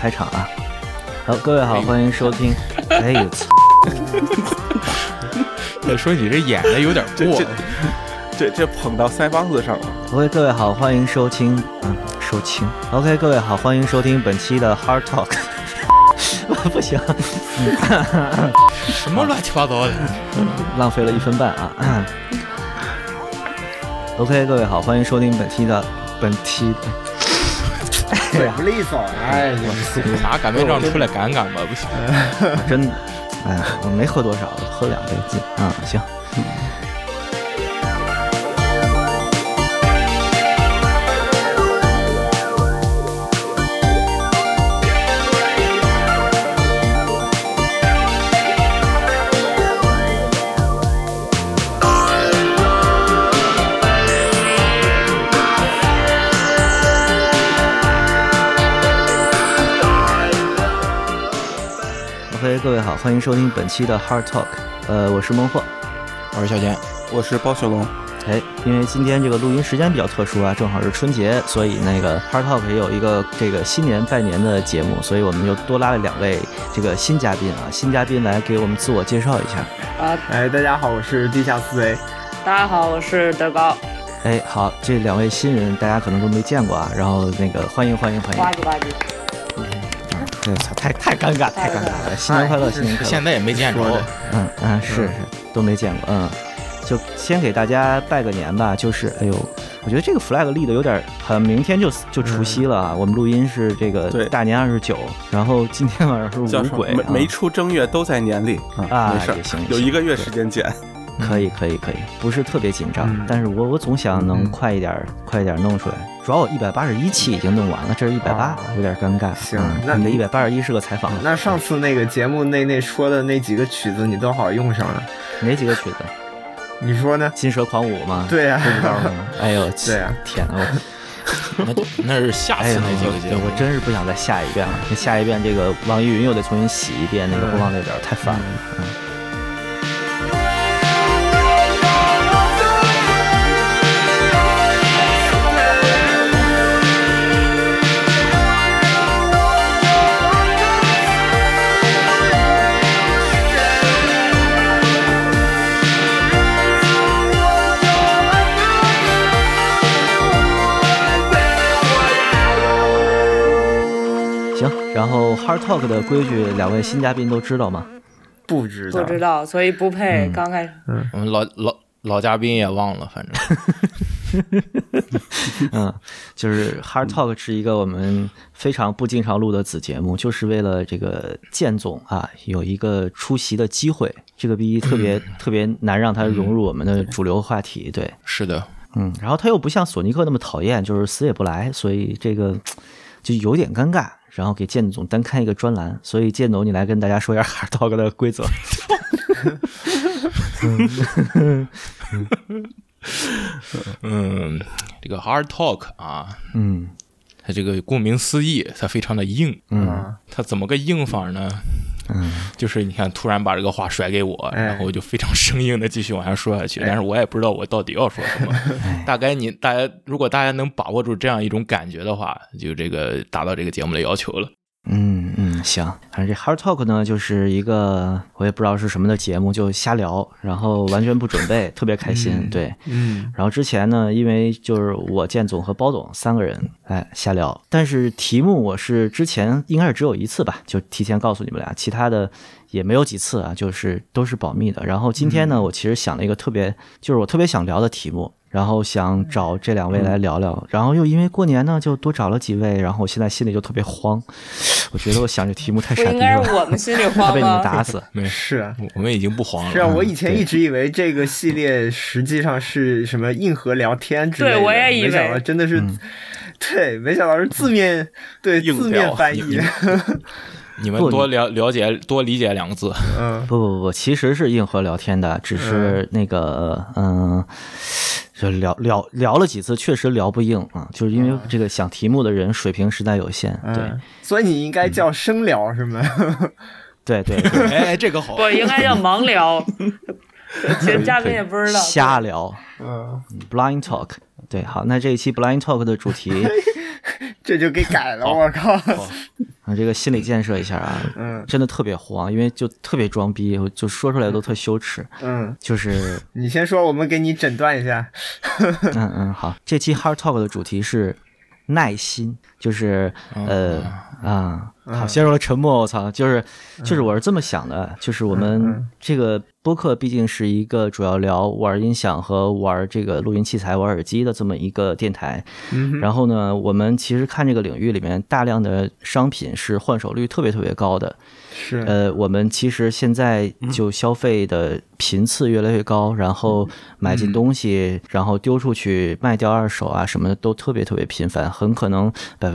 开场啊。好，各位好，欢迎收听。哎呦操！ 再说你这演的有点过， 这捧到腮帮子上了。 OK， 各位好，欢迎收听，收听。OK， 各位好，欢迎收听本期的 Hard Talk。不行， 什么乱七八糟的， 浪费了1分半啊。OK， 各位好，欢迎收听本期的。 嘴不利索，哎， 你拿擀面杖出来擀擀吧，不行。 真的，哎，我没喝多少，喝2杯劲啊，行。各位好，欢迎收听本期的 Hard Talk。我是孟获， 我是小贤， 我是包小龙。 因为今天这个录音时间比较特殊啊，正好是春节，所以那个 Hard Talk 也有一个这个新年拜年的节目，所以我们又多拉了2位这个新嘉宾啊，新嘉宾来给我们自我介绍一下。 大家好，我是地下4A。 大家好，我是德高。 好，这2位新人大家可能都没见过啊，然后那个欢迎。呱唧。对，太尴尬了！新年快乐，新年快乐！ 现在也没见着， 是都没见过，就先给大家拜个年吧。就是，我觉得这个 flag 立的有点，好像明天就除夕了啊。我们录音是这个大年29，然后今天晚上是五鬼， 没出正月都在年里啊，没事也行， 有1个月时间减。 可以，不是特别紧张，但是我总想能快一点弄出来。主要我181期已经弄完了，这是180，有点尴尬。 行，那你的181是个采访。 那上次那个节目那说的那几个曲子，你都好用上了。 哪几个曲子？ 你说呢？ 金蛇狂舞吗？ 对呀。 不知道吗？哎呦， 对呀， 天哪！ 那是下次那几个节目， 我真是不想再下一遍了。下一遍这个网易云又得重新洗一遍那个播放列表，太烦了。然后 Hard Talk 的规矩，2位新嘉宾都知道吗？ 不知道，所以不配。刚开始， 我们老嘉宾也忘了，反正，就是 Hard Talk 是一个我们非常不经常录的子节目，就是为了这个建总啊有一个出席的机会，这个逼特别难让他融入我们的主流话题。对， 是的， 然后他又不像索尼克那么讨厌，就是死也不来，所以这个就有点尴尬。然后给建总单开一个专栏，所以建总你来跟大家说一下 Hard Talk 的规则。 这个 Hard Talk 啊，它这个顾名思义，它非常的硬，它怎么个硬法呢？就是你看，突然把这个话甩给我，然后我就非常生硬的继续往下说下去，但是我也不知道我到底要说什么。大概如果大家能把握住这样一种感觉的话，就这个达到这个节目的要求了。 行，反正这 Hard Talk 呢，就是一个我也不知道是什么的节目，就瞎聊，然后完全不准备，特别开心。对，然后之前呢，因为就是我建总和包总3个人瞎聊，但是题目我是之前应该是只有1次吧，就提前告诉你们俩，其他的也没有几次啊，就是都是保密的。然后今天呢，我其实想了一个就是我特别想聊的题目。然后想找这2位来聊聊，然后又因为过年呢，就多找了几位，然后我现在心里就特别慌，我觉得我想这题目太傻逼了， 不应该是我们心里慌吗？ 他被你们打死。 是啊， 我们已经不慌了。 是啊，我以前一直以为这个系列实际上是什么硬核聊天之类的， 对，我也以为， 没想到真的是，对，没想到是字面翻译。 你们多了解多理解2个字。 不，其实是硬核聊天的，只是那个就聊了几次，确实聊不硬啊，就是因为这个想题目的人水平实在有限。对， 所以你应该叫生聊是吗？ 对， 哎，这个好。 我应该叫盲聊，其实嘉宾也不知道。 瞎聊，blind talk。对，好，那这一期 blind talk 的主题这就给改了，我靠！ 这个心理建设一下啊，真的特别慌，因为就特别装逼，我就说出来都特羞耻。就是你先说，我们给你诊断一下。 好，这期 Hard Talk 的主题是耐心，就是好，陷入了沉默。我操，就是我是这么想的，就是我们这个播客毕竟是一个主要聊玩音响和玩这个录音器材、玩耳机的这么一个电台。然后呢，我们其实看这个领域里面大量的商品是换手率特别特别高的。 是我们其实现在就消费的频次越来越高，然后买进东西，然后丢出去卖掉二手啊什么的都特别特别频繁，很可能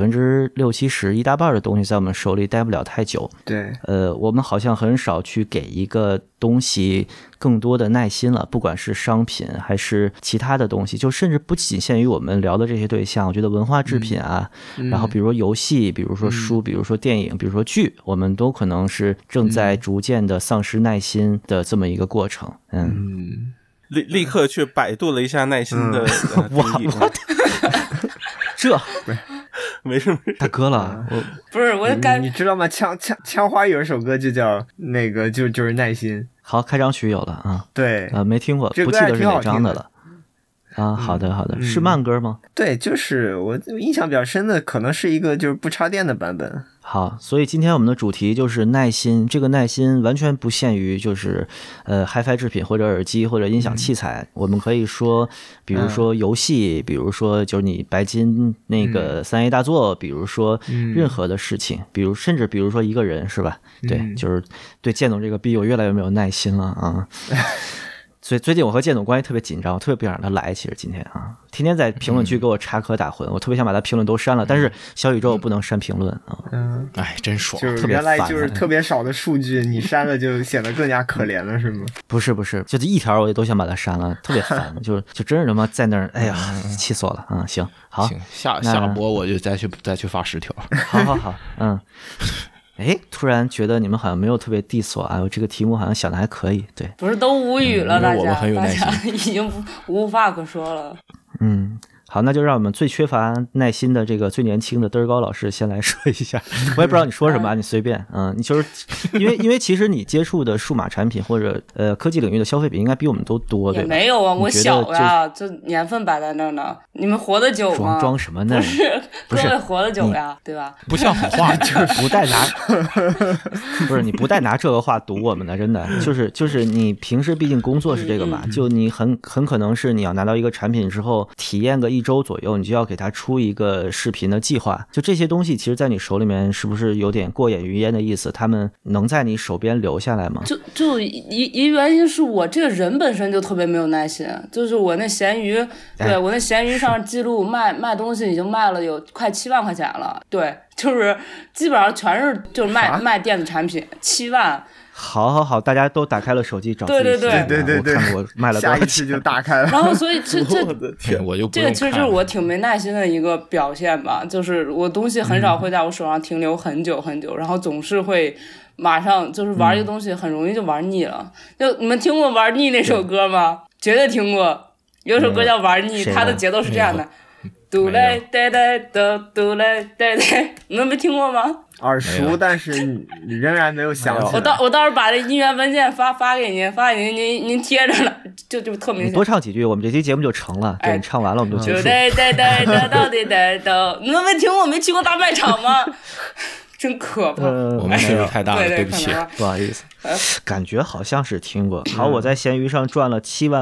60%-70%一大半的东西在我们手里待不了太久。 对， 我们好像很少去给一个东西更多的耐心了，不管是商品还是其他的东西，就甚至不仅限于我们聊的这些对象，我觉得文化制品啊，然后比如说游戏，比如说书，比如说电影，比如说剧，我们都可能是正在逐渐的丧失耐心的这么一个过程。 立刻去百度了一下耐心的定义。 这没事， 大哥了， 不是我你知道吗？枪花有一首歌就叫那个就是耐心。 好，开场曲有了啊。 对， 没听过，不记得是哪张的了。好的，是慢歌吗？ 对，就是我印象比较深的，可能是一个就是不插电的版本。 好，所以今天我们的主题就是耐心。这个耐心完全不限于就是HiFi 制品或者耳机或者音响器材，我们可以说，比如说游戏，比如说就是你白金那个3A 大作，比如说任何的事情，甚至比如说一个人，是吧？对，就是对建总这个逼我越来越没有耐心了啊。所以最近我和建总关系特别紧张，我特别不想让他来。其实今天天天在评论区给我插科打诨，我特别想把他评论都删了，但是小宇宙我不能删评论啊。 真爽， 就是原来就是特别少的数据，你删了就显得更加可怜了，是吗？ 不是，就这一条我也都想把它删了，特别烦，就真是他妈在那儿，哎呀，气死我了啊！行，好， 下播我就再去发10条。 好，突然觉得你们好像没有特别 diss 我啊，我这个题目好像想的还可以，对， 不是都无语了，大家已经无话可说了。 好，那就让我们最缺乏耐心的这个最年轻的嘚儿高老师先来说一下。我也不知道你说什么，你随便。你就是因为其实你接触的数码产品或者科技领域的消费比应该比我们都多，对吧？ 也没有啊，我小呀，这年份摆在那儿呢。你们活得久吗？ 装什么呢？ 不是，各位活得久呀，对吧？ 不像好话， 就是不带拿，不是你不带拿这个话堵我们的，真的就是你平时毕竟工作是这个嘛，就你很可能是你要拿到一个产品之后体验个1周左右，你就要给它出一个视频的计划。就这些东西，其实在你手里面是不是有点过眼云烟的意思？他们能在你手边留下来吗？ 就一原因是我这个人本身就特别没有耐心，就是我那闲鱼，对我那闲鱼上记录卖东西已经卖了有快7万块钱了，对，就是基本上全是就是卖电子产品7万。 好，大家都打开了手机找自己。 对， 我看我卖了多少钱， 下一次就打开了。 然后所以这我的天， 我就不这个其实就是我挺没耐心的一个表现吧，就是我东西很少会在我手上停留很久很久，然后总是会马上就是玩一个东西很容易就玩腻了。就你们听过玩腻那首歌吗？绝对听过，有首歌叫玩腻，它的节奏是这样的。嘟嘞对对嘟嘟嘞对对，你们没听过吗？ 耳熟，但是仍然没有想起来。 我到时候把这音乐文件发给您贴着了，就特明显。 你多唱几句，我们这期节目就成了。对，你唱完了我们就结束。 对，你们没听过没去过大卖场吗？真可怕！ 我们岁数太大了，对不起， 不好意思。感觉好像是听过。好，我在闲鱼上赚了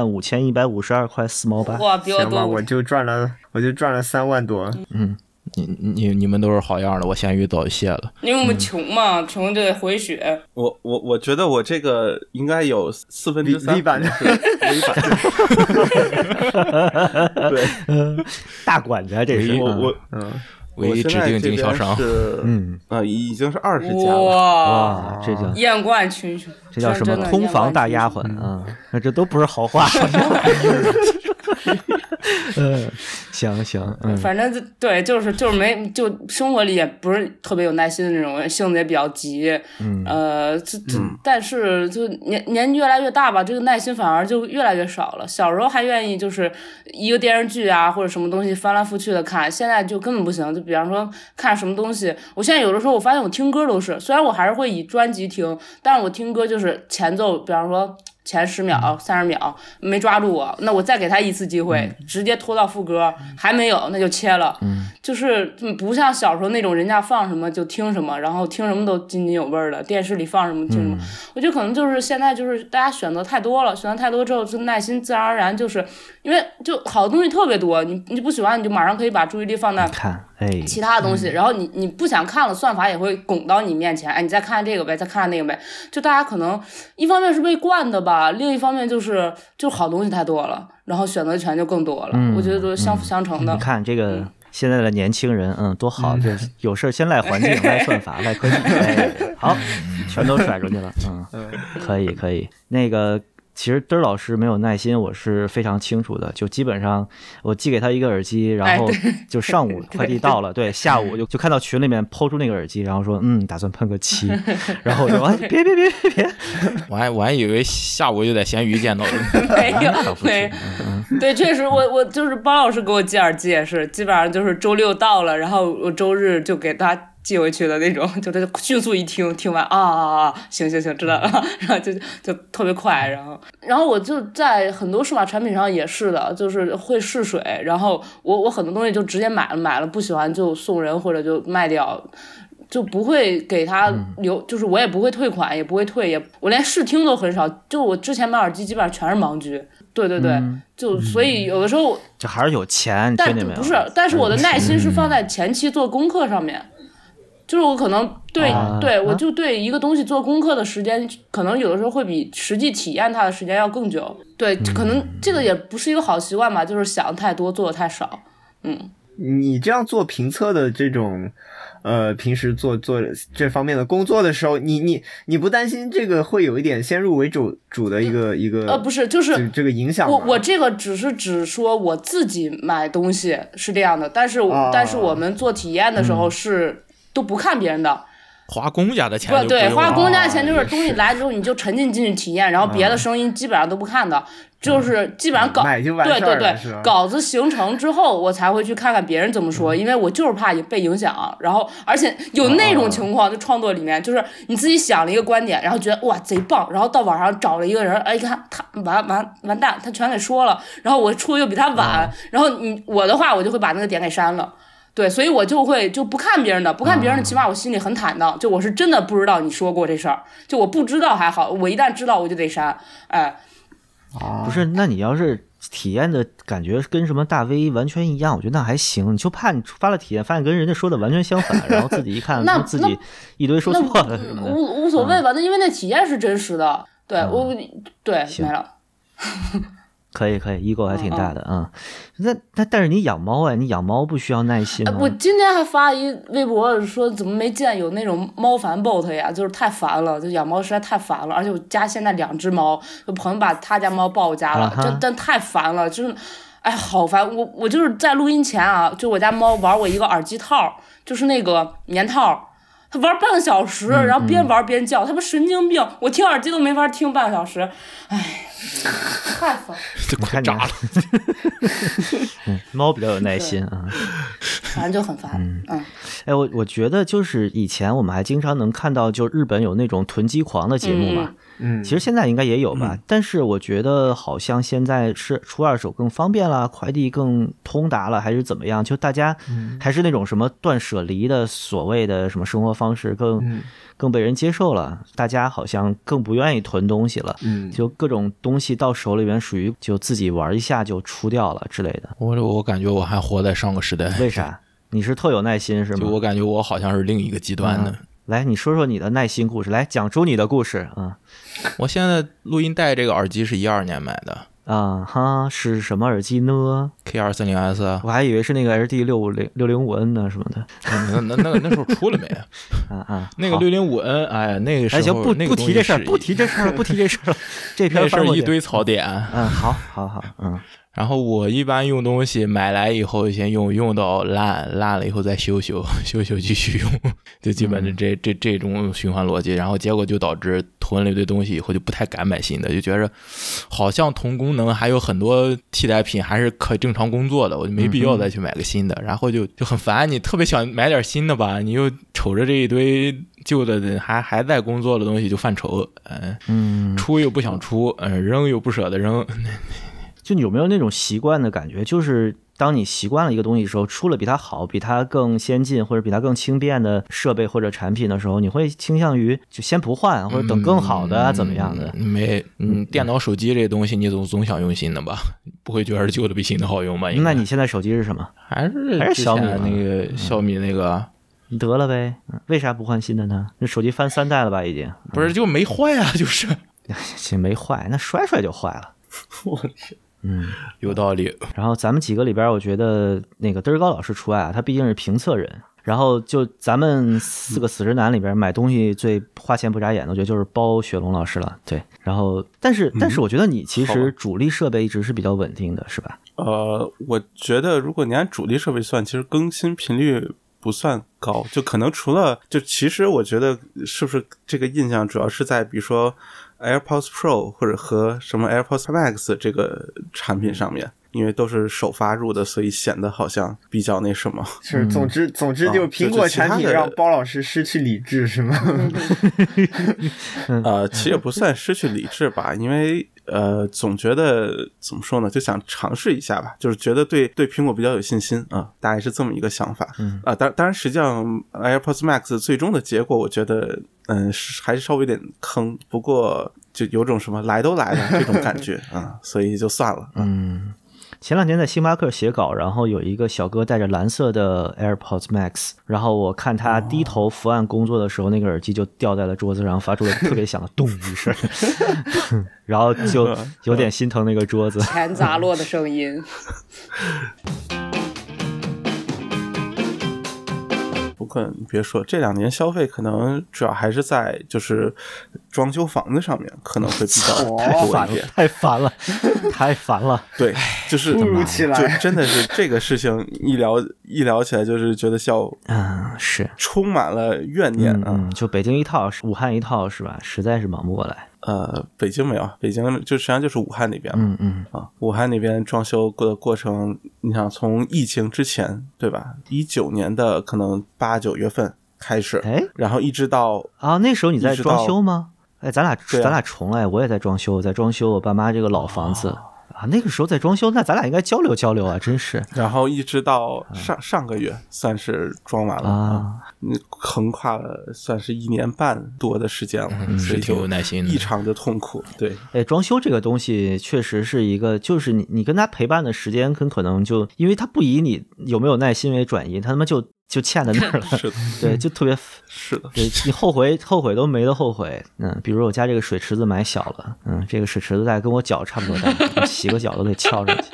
75152块4毛8。 哇，比我多！ 我就赚了3万多。 你们都是好样的，我闲鱼早就卸了。 因为我们穷嘛，穷就得回血。 我觉得我这个应该有3/4 版的微版。对， 大管家这是唯一指定经销商已经是20家了。 哇，这叫艳冠群雄， 这叫什么空房大丫鬟啊？那这都不是好话。 行， 反正对，就是没就生活里也不是特别有耐心的那种人，性子也比较急，但是就年纪越来越大吧，这个耐心反而就越来越少了。小时候还愿意就是一个电视剧啊或者什么东西翻来覆去的看，现在就根本不行。就比方说看什么东西，我现在有的时候我发现我听歌都是，虽然我还是会以专辑听，但是我听歌就是前奏，比方说前10秒、30秒没抓住我，那我再给他一次机会，直接拖到副歌，还没有那就切了。就是不像小时候那种人家放什么就听什么，然后听什么都津津有味的，电视里放什么听什么。我觉得可能就是现在就是大家选择太多了，选择太多之后，就耐心自然而然就是因为就好的东西特别多，你不喜欢你就马上可以把注意力放在其他的东西，然后你不想看了，算法也会拱到你面前，哎，你再看这个呗，再看那个呗。就大家可能一方面是被惯的吧，另一方面就是好东西太多了，然后选择权就更多了。我觉得都相辅相成的。 你看这个现在的年轻人，多好，就是有事先赖环境、赖算法、赖科技，好，全都甩出去了。可以。那个其实嘚儿老师没有耐心，我是非常清楚的。就基本上我寄给他一个耳机，然后就上午快递到了，对，下午就看到群里面抛出那个耳机，然后说打算喷个漆，然后我就别， 我还以为下午就在闲鱼见到了， 没有，对，确实我就是包老师给我寄耳机也是，基本上就是周六到了，然后我周日就给他寄回去的那种，就他迅速一听完行知道了，然后就特别快，然后我就在很多数码产品上也是的，就是会试水，然后我很多东西就直接买了不喜欢就送人或者就卖掉，就不会给他留，就是我也不会退款，也不会退，我连试听都很少，就我之前买耳机基本上全是盲狙。对，就所以有的时候就还是有钱， 但不是，但是我的耐心是放在前期做功课上面。就是我可能对我就对一个东西做功课的时间，可能有的时候会比实际体验它的时间要更久。对，可能这个也不是一个好习惯吧，就是想太多，做的太少。 你这样做评测的这种，平时做这方面的工作的时候，你不担心这个会有一点先入为主的一个不是，就是这个影响吗？ 我这个只是指说我自己买东西是这样的，但是我们做体验的时候是。都不看别人的， 花公家的钱就对，花公家的钱就是东西来之后你就沉浸进去体验，然后别的声音基本上都不看的，就是基本上对，稿子形成之后我才会去看看别人怎么说，因为我就是怕被影响。然后而且有那种情况，就创作里面就是你自己想了一个观点，然后觉得哇贼棒，然后到网上找了一个人，哎，看他完蛋，他全给说了，然后我出的又比他晚，然后我的话我就会把那个点给删了。对，所以我就不看别人的，起码我心里很坦荡，就我是真的不知道你说过这事儿，就我不知道还好，我一旦知道我就得删，哎。 不是，那你要是体验的感觉跟什么大 V 完全一样，我觉得那还行。你就怕你发了体验，发现跟人家说的完全相反，然后自己一看自己一堆说错了什么的， 无所谓吧？那因为那体验是真实的，对对没了。 可以，ego 还挺大的啊。但是你养猫你养猫不需要耐心吗？ 我今天还发一微博说怎么没见有那种猫烦 bot 呀，就是太烦了，就养猫实在太烦了。而且我家现在2只猫，有朋友把他家猫抱我家了，真太烦了，真哎好烦。我就是在录音前啊，就我家猫玩我一个耳机套，就是那个棉套。他玩半个小时，然后边玩边叫，他不神经病！我听耳机都没法听半个小时，哎，太烦， 快炸了。 猫比较有耐心啊， 反正就很烦。 哎，我觉得就是以前我们还经常能看到，就日本有那种囤积狂的节目嘛。其实现在应该也有吧，但是我觉得好像现在是出二手更方便了，快递更通达了，还是怎么样？就大家还是那种什么断舍离的所谓的什么生活方式更被人接受了，大家好像更不愿意囤东西了。就各种东西到手里面属于就自己玩一下就出掉了之类的。 我感觉我还活在上个时代。 为啥？你是特有耐心是吗？ 就我感觉我好像是另一个极端的。 来，你说说你的耐心故事，来讲出你的故事啊！ 我现在录音带这个耳机是12年买的啊哈，是什么耳机呢 ？K230S， 我还以为是那个 LD605N 呢什么的。 那时候出了没？那个605N， 哎，那个时候行，不提这事儿，不提这事儿了。这篇事儿一堆槽点。 好， 然后我一般用东西买来以后先用到烂了以后再修继续用，就基本是这种循环逻辑。然后结果就导致囤了一堆东西以后就不太敢买新的，就觉着好像同功能还有很多替代品还是可以正常工作的，我就没必要再去买个新的。然后就很烦，你特别想买点新的吧，你又瞅着这一堆旧的还在工作的东西就犯愁，出又不想出，扔又不舍得扔。 就你有没有那种习惯的感觉，就是当你习惯了一个东西的时候，出了比它好、比它更先进或者比它更轻便的设备或者产品的时候，你会倾向于就先不换，或者等更好的怎么样的？ 电脑手机这东西你总想用新的吧，不会觉得旧的比新的好用吧？ 那你现在手机是什么？ 还是小米那个小米那个？ 得了呗，为啥不换新的呢？那手机翻3代了吧已经？ 不是就没坏啊，就是没坏，那摔就坏了。 我天。 有道理。 然后咱们几个里边，我觉得那个嘚儿高老师除外啊，他毕竟是评测人。然后就咱们4个死直男里边买东西最花钱不眨眼的，我觉得就是包雪龙老师了。对，然后但是我觉得你其实主力设备一直是比较稳定的，是吧？ 我觉得如果你按主力设备算，其实更新频率不算高，就可能除了就其实我觉得是不是这个印象主要是在比如说 AirPods Pro 或者和什么 AirPods Max 这个产品上面，因为都是首发入的，所以显得好像比较那什么。 是，总之就苹果产品让包老师失去理智是吗？ 其实也不算失去理智吧，因为总觉得怎么说呢，就想尝试一下吧，就是觉得对苹果比较有信心啊，大概是这么一个想法。当然实际上 AirPods Max 最终的结果，我觉得还是稍微有点坑，不过就有种什么来都来了这种感觉啊，所以就算了。 前两天在星巴克写稿，然后有一个小哥戴着蓝色的 AirPods Max， 然后我看他低头伏案工作的时候，那个耳机就掉在了桌子上，发出了特别响的咚一声，然后就有点心疼那个桌子， 钱砸落的声音。 不过你别说，这2年消费可能主要还是在就是装修房子上面，可能会比较多一点。 太烦了，太烦了。 对，就是突如其来， 就真的是这个事情一聊起来，就是觉得是充满了怨念啊。 就北京一套，武汉一套是吧？实在是忙不过来。 北京没有，北京就实际上就是武汉那边嘛。武汉那边装修的过程，你想从疫情之前对吧？19年的可能8、9月份开始，然后一直到那时候你在装修吗？咱俩重来，我也在装修，我爸妈这个老房子。那个时候在装修，那咱俩应该交流交流啊，真是。 然后一直到上个月算是装完了横跨了算是1年半多的时间了， 是挺有耐心的， 异常的痛苦。对， 装修这个东西确实是一个，就是你跟他陪伴的时间很可能就因为他不以你有没有耐心为转移，他妈就欠在那儿了。 是的， 对，就特别是的， 对你后悔都没得后悔。比如我家这个水池子买小了，这个水池子大概跟我脚差不多大，洗个脚都得翘上去。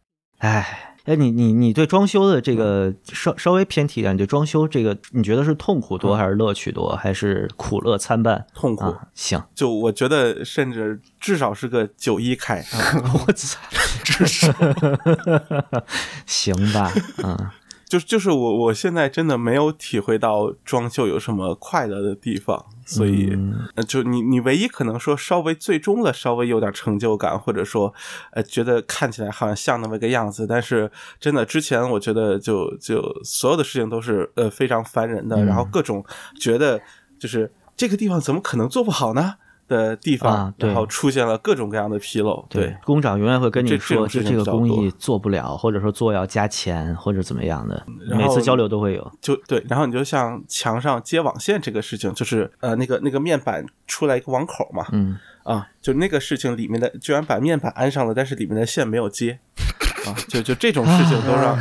你对装修的这个稍微偏题一点，你对装修这个你觉得是痛苦多还是乐趣多，还是苦乐参半？ 痛苦。 行， 就我觉得甚至至少是个91开。 我操，至少行吧， 就是我现在真的没有体会到装修有什么快乐的地方，所以就你唯一可能说稍微最终的稍微有点成就感，或者说觉得看起来好像像那么个样子，但是真的之前我觉得就所有的事情都是非常烦人的，然后各种觉得就是这个地方怎么可能做不好呢的地方，然后出现了各种各样的纰漏。对， 工长永远会跟你说这个工艺做不了，或者说做要加钱或者怎么样的，每次交流都会有。 对，然后你就像墙上接网线这个事情，就是那个面板出来一个网口嘛，就那个事情里面的居然把面板安上了，但是里面的线没有接就这种事情都让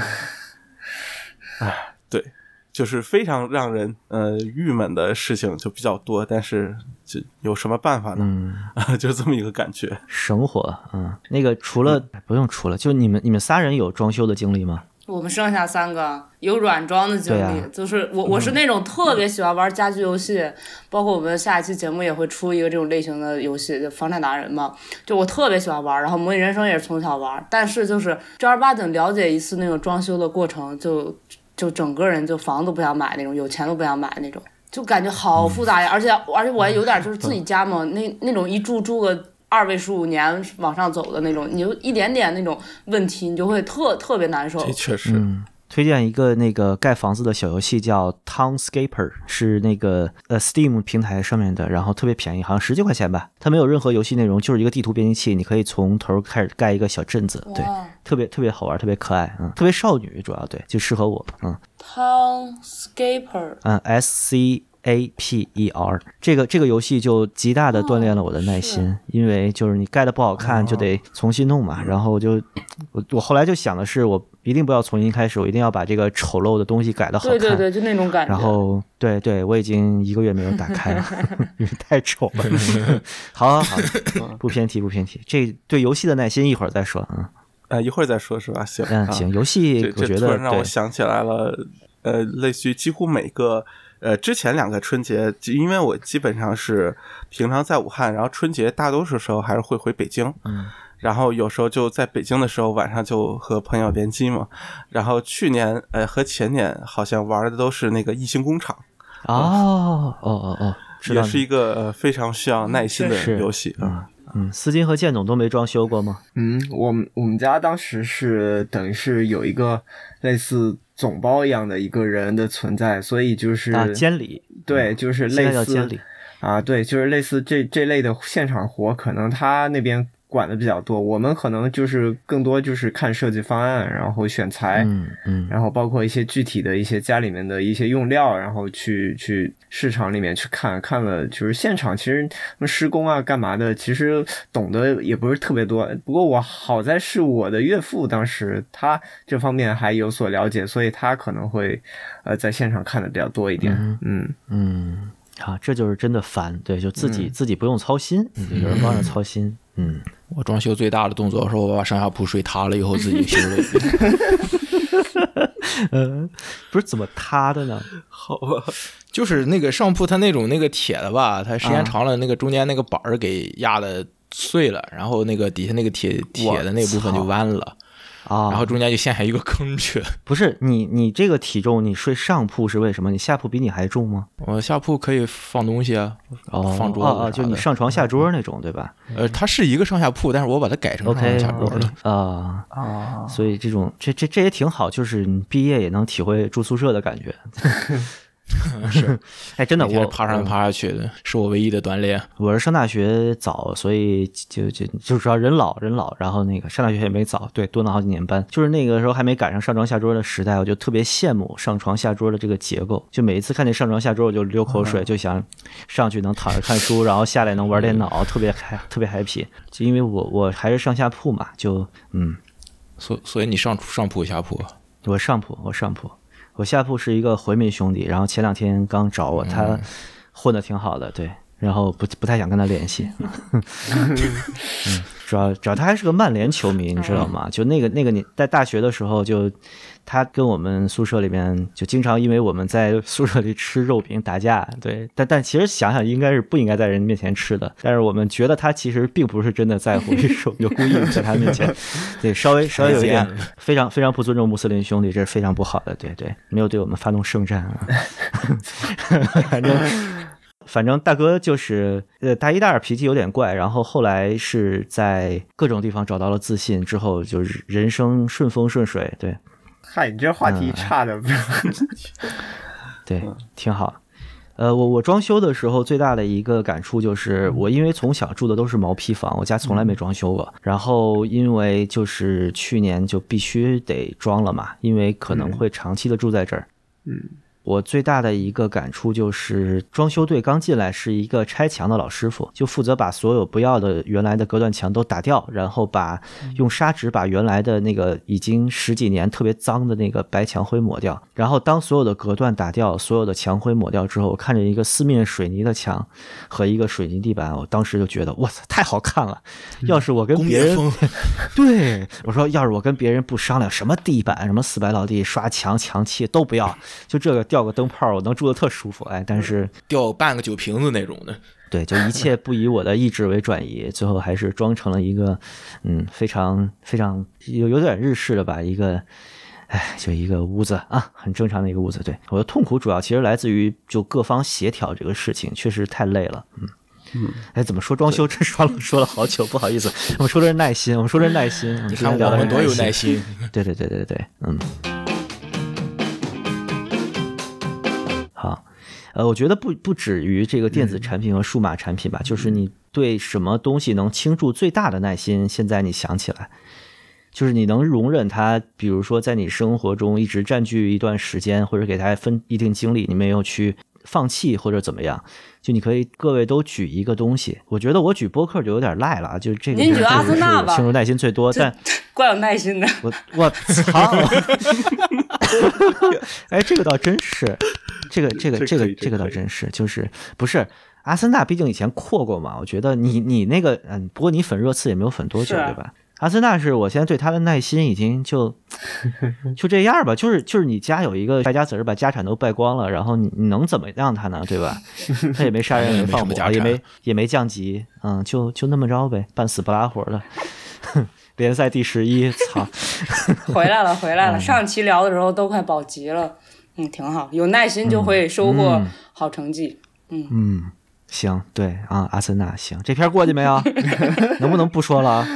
对。就是非常让人郁闷的事情就比较多，但是就有什么办法呢？就这么一个感觉。 生活，那个不用除了，就你们仨人有装修的经历吗？ 我们剩下3个有软装的经历，就是我是那种特别喜欢玩家居游戏，包括我们下一期节目也会出一个这种类型的游戏，就房产达人嘛，就我特别喜欢玩，然后模拟人生也是从小玩，但是就是正儿八经了解一次那种装修的过程，就整个人就房子不想买那种，有钱都不想买那种，就感觉好复杂呀，而且我还有点就是自己家嘛，那种一住个2位数年往上走的那种，你就一点点那种问题，你就会特别难受。 这确实。 推荐一个那个盖房子的小游戏叫 Townscaper， 是那个Steam 平台上面的，然后特别便宜，好像10几块钱吧。它没有任何游戏内容，就是一个地图编辑器，你可以从头开始盖一个小镇子，对，特别好玩，特别可爱，特别少女，主要对，就适合我。 Townscaper， SCAPER， 这个游戏就极大的锻炼了我的耐心，因为就是你盖的不好看就得重新弄嘛，然后我后来就想的是，我一定不要重新开始，我一定要把这个丑陋的东西改得好看。 对，就那种感觉。 然后对，我已经1个月没有打开了，因为太丑了。好，不偏题。这对游戏的耐心一会儿再说一会儿再说是吧？行， 行，游戏我觉得突然让我想起来了，类似于几乎每个之前2个春节，因为我基本上是平常在武汉，然后春节大多数时候还是会回北京，然后有时候就在北京的时候晚上就和朋友联机嘛，然后去年和前年好像玩的都是那个异形工厂。也是一个非常需要耐心的游戏思金和建总都没装修过吗？ 我们家当时是等于是有一个类似总包一样的一个人的存在，所以就是监理， 对，就是类似监理对，就是类似这类的现场活，可能他那边管的比较多，我们可能就是更多就是看设计方案，然后选材，然后包括一些具体的一些家里面的一些用料，然后去市场里面去看了，就是现场其实施工啊干嘛的，其实懂得也不是特别多。不过我好在是我的岳父当时他这方面还有所了解，所以他可能会在现场看的比较多一点。 这就是真的烦，对，就自己不用操心，有人帮着操心。 我装修最大的动作是我把上下铺水塌了以后自己修了。 不是怎么塌的呢？ 好吧， 就是那个上铺它那种那个铁的吧，它时间长了，那个中间那个板儿给压的碎了，然后那个底下那个铁的那部分就弯了。然后中间就陷下一个坑去。 不是你这个体重，你睡上铺是为什么？你下铺比你还重吗？ 我下铺可以放东西啊，放桌子就你上床下桌那种，对吧？ 它是一个上下铺，但是我把它改成上床下桌了。所以这也挺好，就是你毕业也能体会住宿舍的感觉。 是， 真的，我爬上爬下去的，是我唯一的锻炼。 我是上大学早，所以就主要人老，然后那个上大学也没早，对，多拿好几年班，就是那个时候还没赶上上床下桌的时代，我就特别羡慕上床下桌的这个结构。就每一次看见上床下桌，我就流口水，就想上去能躺着看书，然后下来能玩电脑，特别 happy。就因为我还是上下铺嘛，就所以你上铺下铺？ 我上铺。我下铺是一个回民兄弟，然后前2天刚找我，他混得挺好的，对，然后不太想跟他联系。主要他还是个曼联球迷，你知道吗？就那个你在大学的时候，就他跟我们宿舍里面就经常因为我们在宿舍里吃肉饼打架，对，但其实想想应该是不应该在人面前吃的，但是我们觉得他其实并不是真的在乎，就故意在他面前，对，稍微有一点非常非常不尊重穆斯林兄弟，这是非常不好的，对，没有对我们发动圣战啊。反正大哥就是大一大二脾气有点怪，然后后来是在各种地方找到了自信之后，就是人生顺风顺水。对， 嗨，你这话题差的对，挺好。我装修的时候最大的一个感触就是，我因为从小住的都是毛坯房，我家从来没装修过。然后因为就是去年就必须得装了嘛，因为可能会长期的住在这儿。 我最大的一个感触就是装修队刚进来是一个拆墙的老师傅，就负责把所有不要的原来的隔断墙都打掉，然后用砂纸把原来的那个已经10几年特别脏的那个白墙灰抹掉。然后当所有的隔断打掉，所有的墙灰抹掉之后，我看着一个四面水泥的墙和一个水泥地板，我当时就觉得哇塞，太好看了。要是我跟别人对我说，要是我跟别人不商量，什么地板什么400老地刷墙墙漆都不要，就这个吊个灯泡我能住得特舒服。哎，但是吊半个酒瓶子那种的， 对，就一切不以我的意志为转移，最后还是装成了一个非常非常有点日式的吧，一个就一个屋子啊，很正常的一个屋子。对，我的痛苦主要其实来自于就各方协调这个事情，确实太累了。哎，怎么说装修？真说了好久，不好意思，我们说的是耐心， 你看我们多有耐心。 对，好，我觉得不止于这个电子产品和数码产品吧，就是你对什么东西能倾注最大的耐心，现在你想起来，就是你能容忍它，比如说在你生活中一直占据一段时间，或者给它分一定精力，你没有去放弃或者怎么样，就你可以各位都举一个东西。我觉得我举播客就有点赖了，就这个您举阿森纳吧， 倾注耐心最多，但怪有耐心的。 我操！哎，这个倒真是，这个倒真是，就是不是阿森纳，毕竟以前扩过嘛。我觉得你那个不过你粉热刺也没有粉多久，对吧？阿森纳是我现在对他的耐心已经就这样吧，就是你家有一个败家子儿，把家产都败光了，然后你能怎么样他呢，对吧？他也没杀人，也没放火，也没降级，就那么着呗，半死不拉活的。联赛第11，操！ 回来了！上期聊的时候都快保级了，挺好，有耐心就会收获好成绩。 行，对啊，阿森纳行，这篇过去没有？能不能不说了？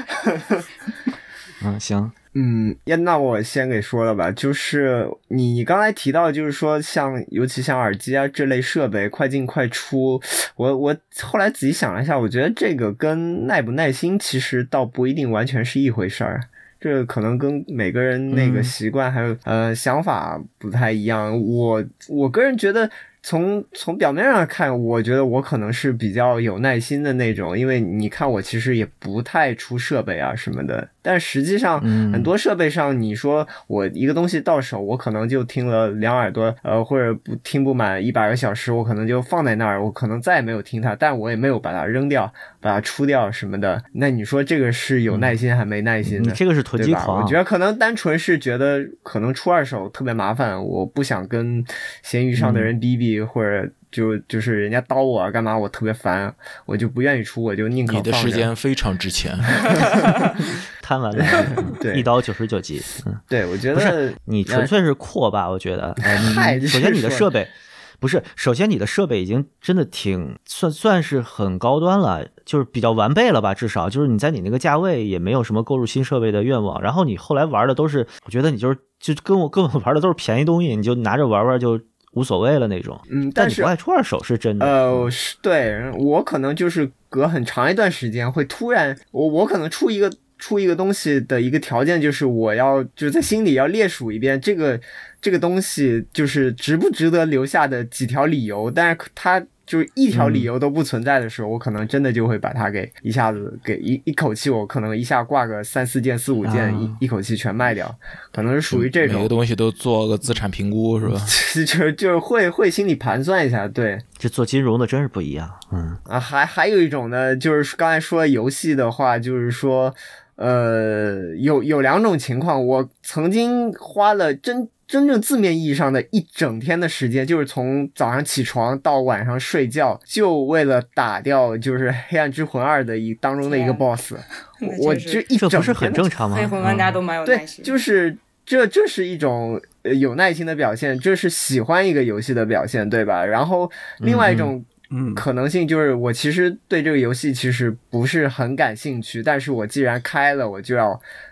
行。 那我先给说了吧，就是你刚才提到，就是说尤其像耳机啊这类设备快进快出，我后来仔细想了一下，我觉得这个跟耐不耐心其实倒不一定完全是一回事儿，这可能跟每个人那个习惯还有想法不太一样。我个人觉得。从表面上看，我觉得我可能是比较有耐心的那种，因为你看我其实也不太出设备啊什么的，但实际上很多设备上，你说我一个东西到手，我可能就听了2耳朵，或者听不满100个小时，我可能就放在那儿，我可能再也没有听它，但我也没有把它扔掉，把它出掉什么的。那你说这个是有耐心还没耐心的？ 这个是囤积狂。 我觉得可能单纯是觉得可能出二手特别麻烦，我不想跟闲鱼上的人逼逼。或者就是人家叨我干嘛，我特别烦，我就不愿意出，我就宁可放着。 你的时间非常值钱， 贪玩了， 对 ，1刀99级。 对，我觉得不是你纯粹是扩吧？我觉得，首先你的设备不是，首先你的设备已经真的算是很高端了，就是比较完备了吧，至少就是你在你那个价位也没有什么购入新设备的愿望。然后你后来玩的都是，我觉得你就跟我玩的都是便宜东西，你就拿着玩就。无所谓了那种， 但是你不爱出二手是真的。 是对我可能就是隔很长一段时间会突然，我可能出一个东西的一个条件就是我要就是在心里要列数一遍这个东西就是值不值得留下的几条理由，但是它就是一条理由都不存在的时候，我可能真的就会把它给一下子给一口气，我可能一下挂个3、4件、4、5件，一口气全卖掉，可能是属于这种。 每个东西都做个资产评估是吧？ 就是会心里盘算一下，对。 这做金融的真是不一样， 还有一种呢，就是刚才说游戏的话，就是说，有2种情况，我曾经花了真正字面意义上的一整天的时间，就是从早上起床到晚上睡觉，就为了打掉就是《黑暗之魂2》当中的一个 boss。我这一整天这不是很正常吗？ 黑魂玩家都蛮有耐心。 对，就是这是一种有耐心的表现，这是喜欢一个游戏的表现，对吧？然后另外一种可能性就是我其实对这个游戏其实不是很感兴趣，但是我既然开了，我就要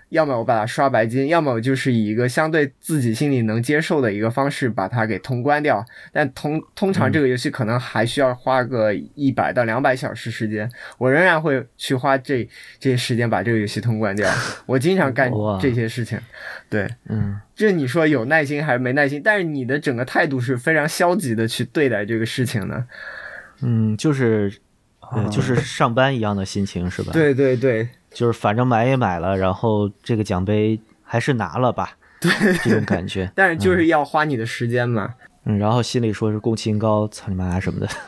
要么我把它刷白金，要么我就是以一个相对自己心里能接受的一个方式把它给通关掉。但通常这个游戏可能还需要花个100到200小时时间，我仍然会去花这些时间把这个游戏通关掉。我经常干这些事情。对，这你说有耐心还是没耐心？但是你的整个态度是非常消极的去对待这个事情的。 就是上班一样的心情是吧？ 对对对， 就是反正买也买了，然后这个奖杯还是拿了吧， 对， 这种感觉。 但是就是要花你的时间嘛。 然后心里说是工薪高，操你妈什么的。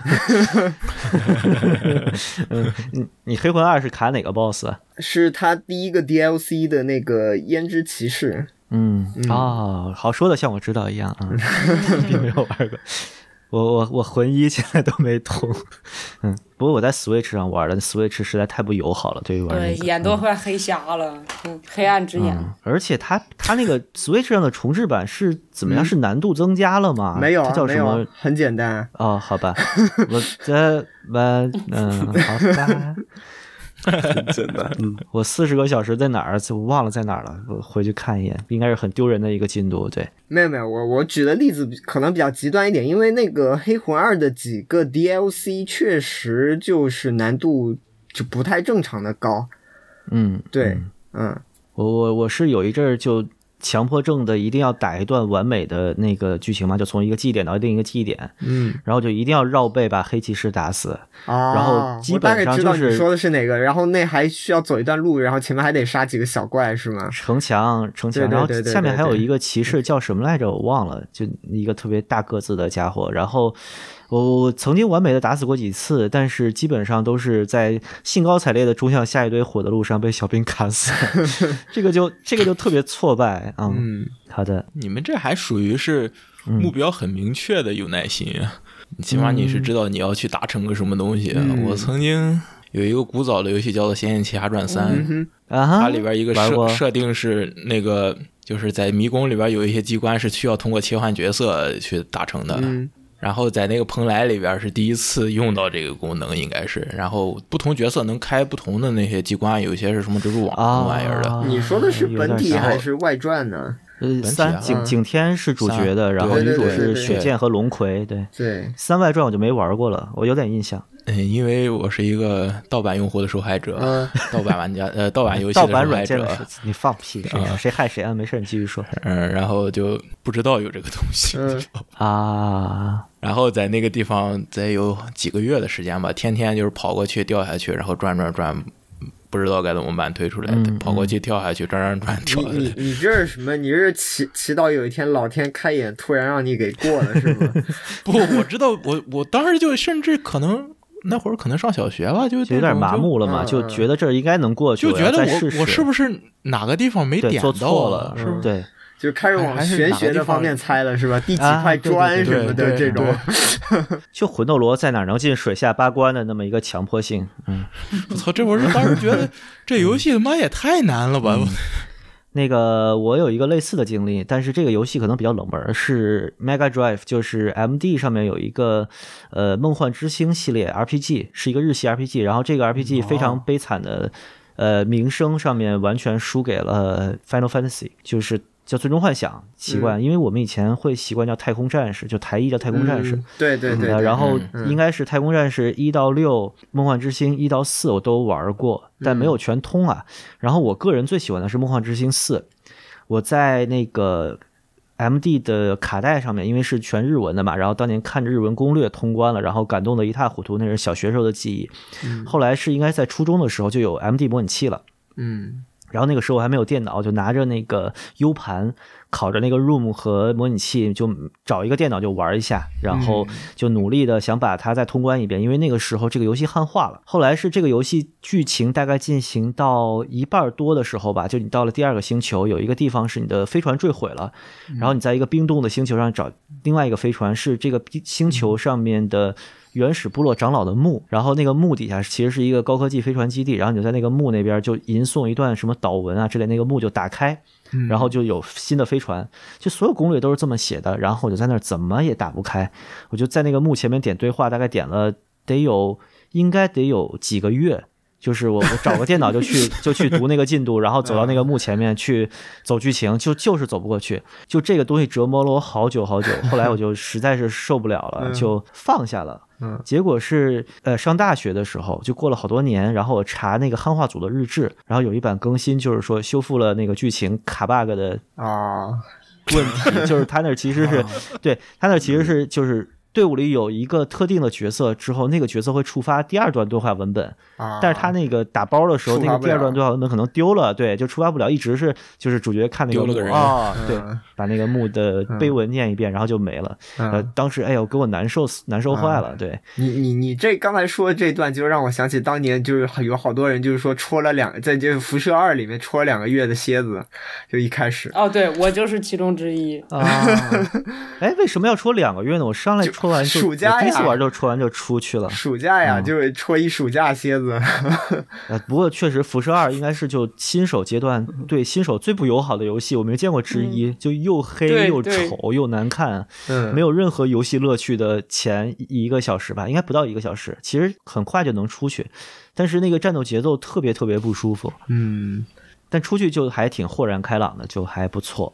你黑魂2是卡哪个 BOSS 啊？ 是他第一个 DLC 的那个胭脂骑士。 好说的像我知道一样啊，并没有玩过。我魂1现在都没通，不过我在 Switch 上玩的 ，Switch 实在太不友好了，对于玩对眼都快黑瞎了，黑暗之眼。 而且它那个 Switch 上的重置版是怎么样？是难度增加了吗？ 没有， 它叫什么？ 很简单。 哦，好吧，我在好吧。 真的， 我40个小时在哪儿？我忘了在哪儿了，我回去看一眼，应该是很丢人的一个进度。对， 没有，我举的例子可能比较极端一点，因为那个黑魂2的几个 DLC 确实就是难度就不太正常的高。对， 我是有一阵儿就强迫症的，一定要打一段完美的那个剧情嘛，就从一个基点到另一个基点，然后就一定要绕背把黑骑士打死，然后基本上就是我大概知道你说的是哪个，然后那还需要走一段路，然后前面还得杀几个小怪是吗？ 城墙，然后下面还有一个骑士叫什么来着我忘了，就一个特别大个子的家伙，然后我曾经完美的打死过几次，但是基本上都是在兴高采烈的冲向下一堆火的路上被小兵砍死。这个就特别挫败。好的， 你们这还属于是目标很明确的有耐心啊，起码你是知道你要去达成个什么东西。我曾经有一个古早的游戏叫做《仙剑奇侠传3》，它里边一个设定是那个就是在迷宫里边有一些机关是需要通过切换角色去达成的。然后在那个蓬莱里边是第一次用到这个功能，应该是。然后不同角色能开不同的那些机关，有些是什么蜘蛛网什么玩意儿的。 你说的是本体还是外传呢景天是主角的，然后女主是雪见和龙葵。对，3外传我就没玩过了，我有点印象。 因为我是一个盗版用户的受害者，盗版玩家，盗版游戏的受害者。 盗版软件的你放屁，谁害谁啊？没事，你继续说。 然后就不知道有这个东西然后在那个地方再有几个月的时间吧，天天就是跑过去掉下去，然后转，不知道该怎么办，退出来，跑过去跳下去，转，跳下来。 你这是什么？你是祈祷有一天老天开眼，突然让你给过了是吗？ 不，我知道，我当时就甚至可能。那会儿可能上小学吧，就有点麻木了嘛，就觉得这应该能过去， 就觉得我是不是哪个地方没点到错了，是不是？对， 就开始往玄学的方面猜了，是吧？第几块砖什么的这种。 就魂斗罗在哪能进水下8关的那么一个强迫性。 我操，这我是当时觉得这游戏他妈也太难了吧。 那个我有一个类似的经历，但是这个游戏可能比较冷门，是 Mega Drive， 就是 MD 上面有一个梦幻之星系列 RPG， 是一个日系 RPG， 然后这个 RPG 非常悲惨的名声上面完全输给了 Final Fantasy， 就是叫最终幻想，习惯，因为我们以前会习惯叫太空战士，就台一叫太空战士， 对， 然后应该是太空战士1到6，梦幻之星1到4我都玩过，但没有全通啊。然后我个人最喜欢的是梦幻之星4，我在那个 MD 的卡带上面，因为是全日文的嘛，然后当年看着日文攻略通关了，然后感动得一塌糊涂，那是小学时候的记忆。后来是应该在初中的时候就有 MD 模拟器了，然后那个时候我还没有电脑，就拿着那个 U 盘拷着那个 ROM 和模拟器，就找一个电脑就玩一下，然后就努力的想把它再通关一遍，因为那个时候这个游戏汉化了。后来是这个游戏剧情大概进行到一半多的时候吧，就你到了第2个星球，有一个地方是你的飞船坠毁了，然后你在一个冰冻的星球上找另外一个飞船，是这个星球上面的原始部落长老的墓，然后那个墓底下其实是一个高科技飞船基地，然后你就在那个墓那边就吟诵一段什么祷文啊之类，那个墓就打开，然后就有新的飞船，就所有攻略都是这么写的。然后我就在那儿怎么也打不开，我就在那个墓前面点对话，大概点了应该得有几个月， 就是我找个电脑就去读那个进度，然后走到那个幕前面去走剧情，就是走不过去。就这个东西折磨了我好久好久，后来我就实在是受不了了，就放下了。结果是上大学的时候，就过了好多年，然后我查那个汉化组的日志，然后有一版更新，就是说修复了那个剧情卡 bug 的问题，就是他那其实是对他那其实是就是队伍里有一个特定的角色之后，那个角色会触发第二段对话文本，但是他那个打包的时候，那个第二段对话文本可能丢了，对，就触发不了，一直是就是主角看那个丢了个人对，把那个幕的碑文念一遍，然后就没了。当时哎呦，给我难受坏了。对， 你这刚才说这段就让我想起当年就是有好多人就是说戳了在这辐射2里面戳了2个月的蝎子，就一开始。 对，我就是其中之一啊。哎，为什么要戳2个月呢？我上来戳完暑假呀， 第一次玩就戳完就出去了。 暑假呀，就是戳一暑假蝎子。 不过确实，辐射2应该是就新手阶段对新手最不友好的游戏，我没见过之一，就又黑又丑又难看，没有任何游戏乐趣的前1个小时吧，应该不到1个小时，其实很快就能出去，但是那个战斗节奏特别特别不舒服。但出去就还挺豁然开朗的，就还不错。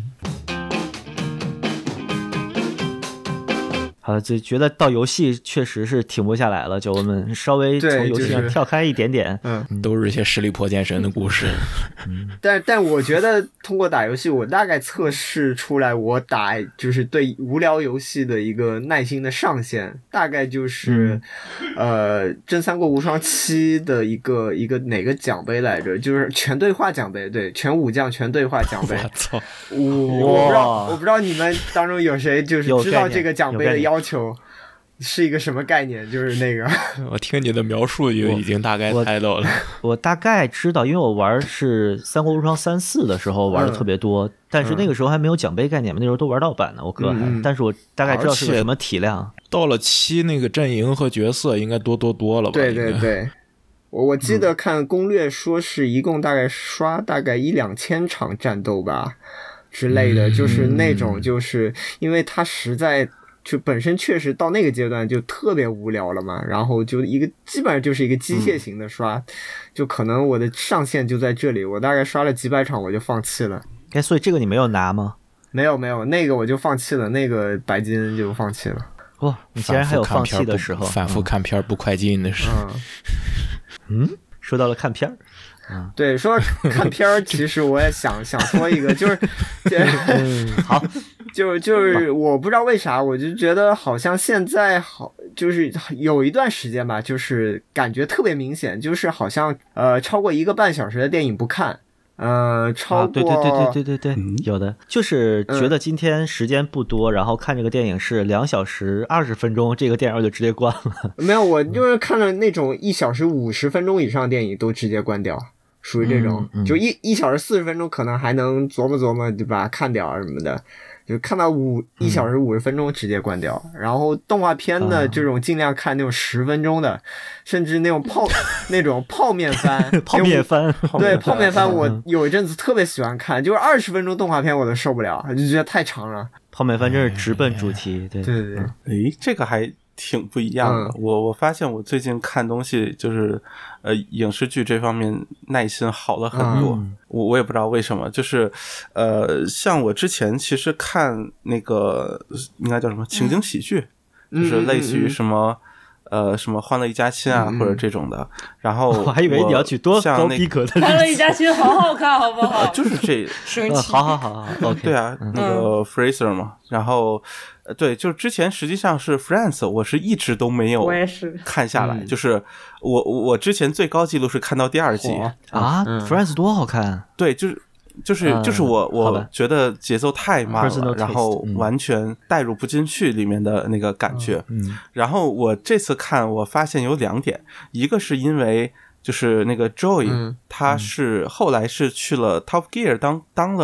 就觉得到游戏确实是停不下来了，就我们稍微从游戏上跳开一点点， 都是一些实力破剑神的故事。 但我觉得通过打游戏，我大概测试出来我打就是对无聊游戏的一个耐心的上限，大概就是真三国无双7的一个哪个奖杯来着，就是全对话奖杯，对，全武将全对话奖杯。 我操！ 我不知道你们当中有谁就是知道这个奖杯的要求是一个什么概念，就是那个我听你的描述就已经大概猜到了。 我大概知道，因为我玩是三国无双3、4的时候玩的特别多，但是那个时候还没有奖杯概念嘛，那时候都玩盗版的，我哥还，但是我大概知道是个什么体量。 到了7，那个阵营和角色应该多了吧？ 对对对，我记得看攻略说是一共大概刷大概1-2千场战斗吧之类的，就是那种就是因为它实在就本身确实到那个阶段就特别无聊了嘛，然后就基本上就是一个机械型的刷，就可能我的上限就在这里，我大概刷了几百场我就放弃了。 所以这个你没有拿吗？ 没有，那个我就放弃了，那个白金就放弃了。 你竟然还有放弃的时候， 反复看片不快进的是。 说到了看片对，说到看片儿，其实我也想说一个，就是好， 就是我不知道为啥，我就觉得好像现在就是有一段时间吧，就是感觉特别明显，就是好像超过1个半小时的电影不看。超过对，有的就是觉得今天时间不多，然后看这个电影是2小时20分钟，这个电影我就直接关了。 没有，我就是看了那种1小时50分钟以上的电影都直接关掉，属于这种，就1小时40分钟可能还能琢磨琢磨，对吧？看掉什么的。就看到1小时50分钟直接关掉，然后动画片的这种尽量看那种10分钟的，甚至那种泡面番， 泡面番， 对，泡面番我有一阵子特别喜欢看，就是20分钟动画片我都受不了，就觉得太长了。 泡面番真是直奔主题，对。 这个还挺不一样的。我发现我最近看东西就是影视剧这方面耐心好了很多。我也不知道为什么，就是像我之前其实看那个应该叫什么情景喜剧，就是类似于什么什么欢乐一家亲啊或者这种的。然后我还以为你要举多高逼格的欢乐一家亲好看好不好？ 就是这好 OK 对啊，那个 Fraser 嘛，然后对，就之前实际上是 Friends 我是一直都没有看下来，就是我之前最高纪录是看到第2季 Friends 多好看。 对，就是我觉得节奏太慢了，然后完全带入不进去里面的那个感觉。然后我这次看我发现有2点，一个是因为就是那个 Joey 他是后来是去了 Top Gear 当了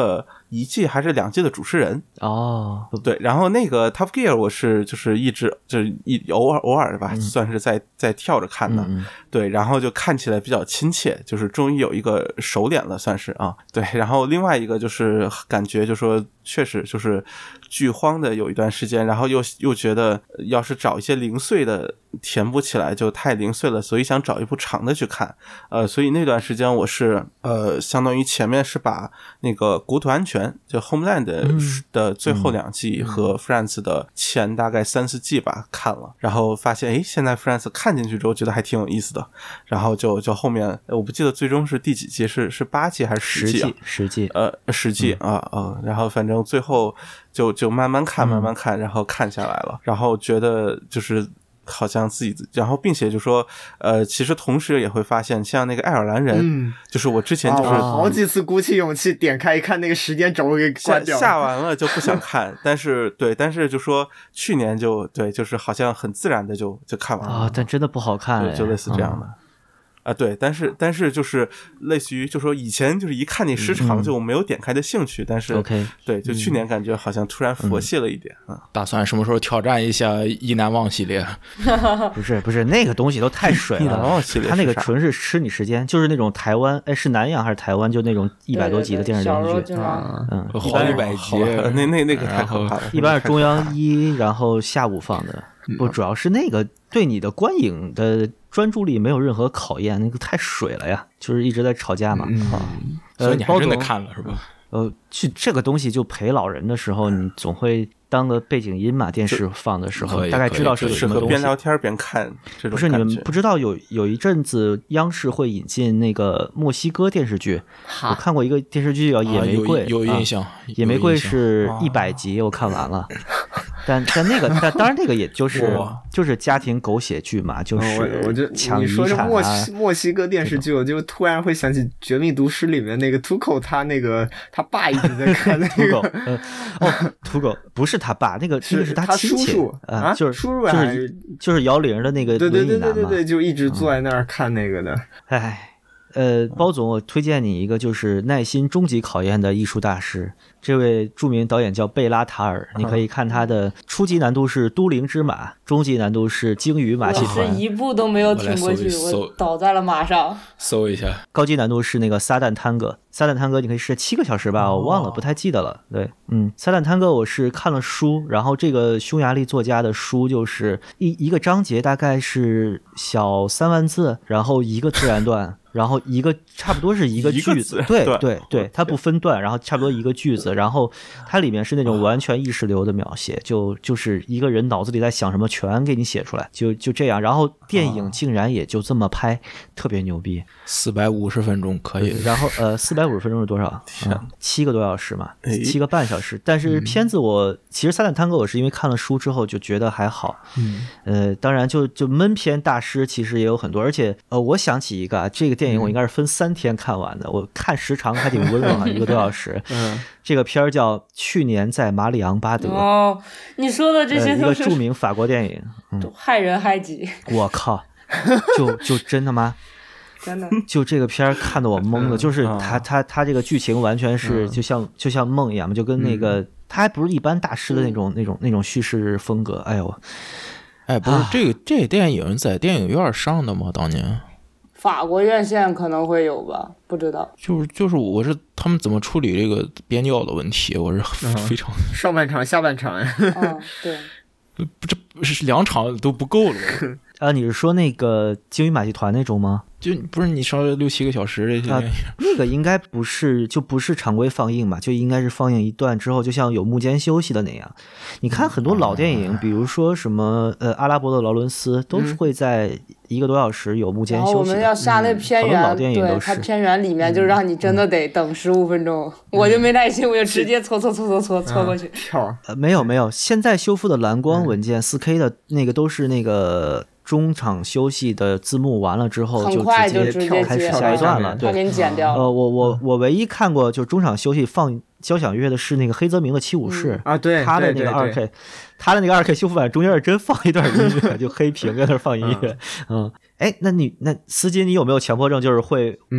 1季还是2季的主持人哦， 对，然后那个 Top Gear 我是就是一直就是偶尔吧，算是在跳着看的，对，然后就看起来比较亲切，就是终于有一个熟脸了，算是啊，对，然后另外一个就是感觉就说确实就是剧荒的有一段时间，然后又觉得要是找一些零碎的填补起来就太零碎了，所以想找一部长的去看，所以那段时间我是相当于前面是把那个国土安全就 Homeland 的最后2季和 Friends 的前大概3-4季吧看了，然后发现现在 Friends 看进去之后觉得还挺有意思的，然后就后面我不记得最终是第几季，是8季还是10季啊 ？10季 10季啊，然后反正最后就慢慢看，然后看下来了，然后觉得就是好像自己，然后并且就说其实同时也会发现像那个爱尔兰人，就是我之前就是好几次鼓起勇气点开一看那个时间轴给关掉， 下完了就不想看但是就说去年就是好像很自然的就看完了但真的不好看， 就类似这样的对，但是就是类似于就说以前就是一看你时长就没有点开的兴趣，但是对，就去年感觉好像突然佛系了一点打算什么时候挑战一下意难忘系列？ 不是那个东西都太水了， 意难忘系列他那个纯是吃你时间，就是那种台湾是南洋还是台湾就那种100多集的电视连续剧， 好100集， 那个太可怕了， 一般是中央1然后下午放的，不主要是那个对你的观影的专注力没有任何考验，那个太水了呀，就是一直在吵架嘛。 所以你还真的看了是吧？ 这个东西就陪老人的时候，你总会当个背景音嘛，电视放的时候大概知道是什么东西。 边聊天边看这种不是你们不知道有一阵子央视会引进那个墨西哥电视剧，我看过一个电视剧叫《野玫瑰》， 有印象， 野玫瑰是100集，我看完了。但那个当然那个也就是家庭狗血剧嘛，就是我就抢遗产你说是墨西哥电视剧，我就突然会想起《绝命毒师》里面那个土狗，他爸一直在看那个土狗不是他爸，那个是他亲戚叔叔啊， 就是叔叔就是摇铃的那个轮椅男嘛， 对，就一直坐在那儿看那个的。 包总，我推荐你一个就是耐心终极考验的艺术大师，这位著名导演叫贝拉塔尔，你可以看他的初级难度是都灵之马，中级难度是鲸鱼马戏团， 我是一部都没有挺过去，我倒在了马上。 搜一下， 高级难度是那个撒旦探戈，撒旦探戈你可以试7个小时吧，我忘了，不太记得了。对，撒旦探戈我是看了书，然后这个匈牙利作家的书就是一个章节大概是小3万字，然后一个自然段。然后差不多是一个句子，对，它不分段，然后差不多一个句子，然后它里面是那种完全意识流的描写，就是一个人脑子里在想什么全给你写出来，就这样，然后电影竟然也就这么拍，特别牛逼 ，450分钟可以， 然后450分钟是多少？7个多小时嘛，7个半小时，但是片子其实撒旦探戈我是因为看了书之后就觉得还好，当然就闷片大师其实也有很多，而且我想起一个这个电影我应该是分3天看完的，我看时长还挺温柔1个多小时。这个片儿叫《去年在马里昂巴德》。 你说的这些都是一个著名法国电影， 都害人害己。 我靠，就真的吗？ 真的， 就这个片儿看得我懵了，就是他这个剧情完全是就像梦一样嘛，就跟那个他还不是一般大师的那种叙事风格。哎呦， 不是这电影在电影院上的吗？当年？ 法国院线可能会有吧，不知道。 就是我是他们怎么处理这个边角的问题，我是非常上半场下半场对， 这是2场都不够了。 你是说那个鲸鱼马戏团那种吗？ 就不是你上6-7个小时这些电影， 那个应该不是常规放映嘛，就应该是放映一段之后，就像有幕间休息的那样。你看很多老电影，比如说什么阿拉伯的劳伦斯，都是会在1个多小时有幕间休息的。 然后我们要下那片源， 老电影都是它片源里面就让你真的得等15分钟，我就没耐心，我就直接搓过去。 没有，现在修复的蓝光文件4K 的那个都是那个。中场休息的字幕完了之后就直接开始下一段了，对， 给你剪掉了。 我唯一看过就中场休息放交响乐的是那个黑泽明的七武士对， 他的那个 2K， 他的那个 2K 修复版中间是真放一段音乐，就黑屏在那放音乐。那司机你有没有强迫症？就是会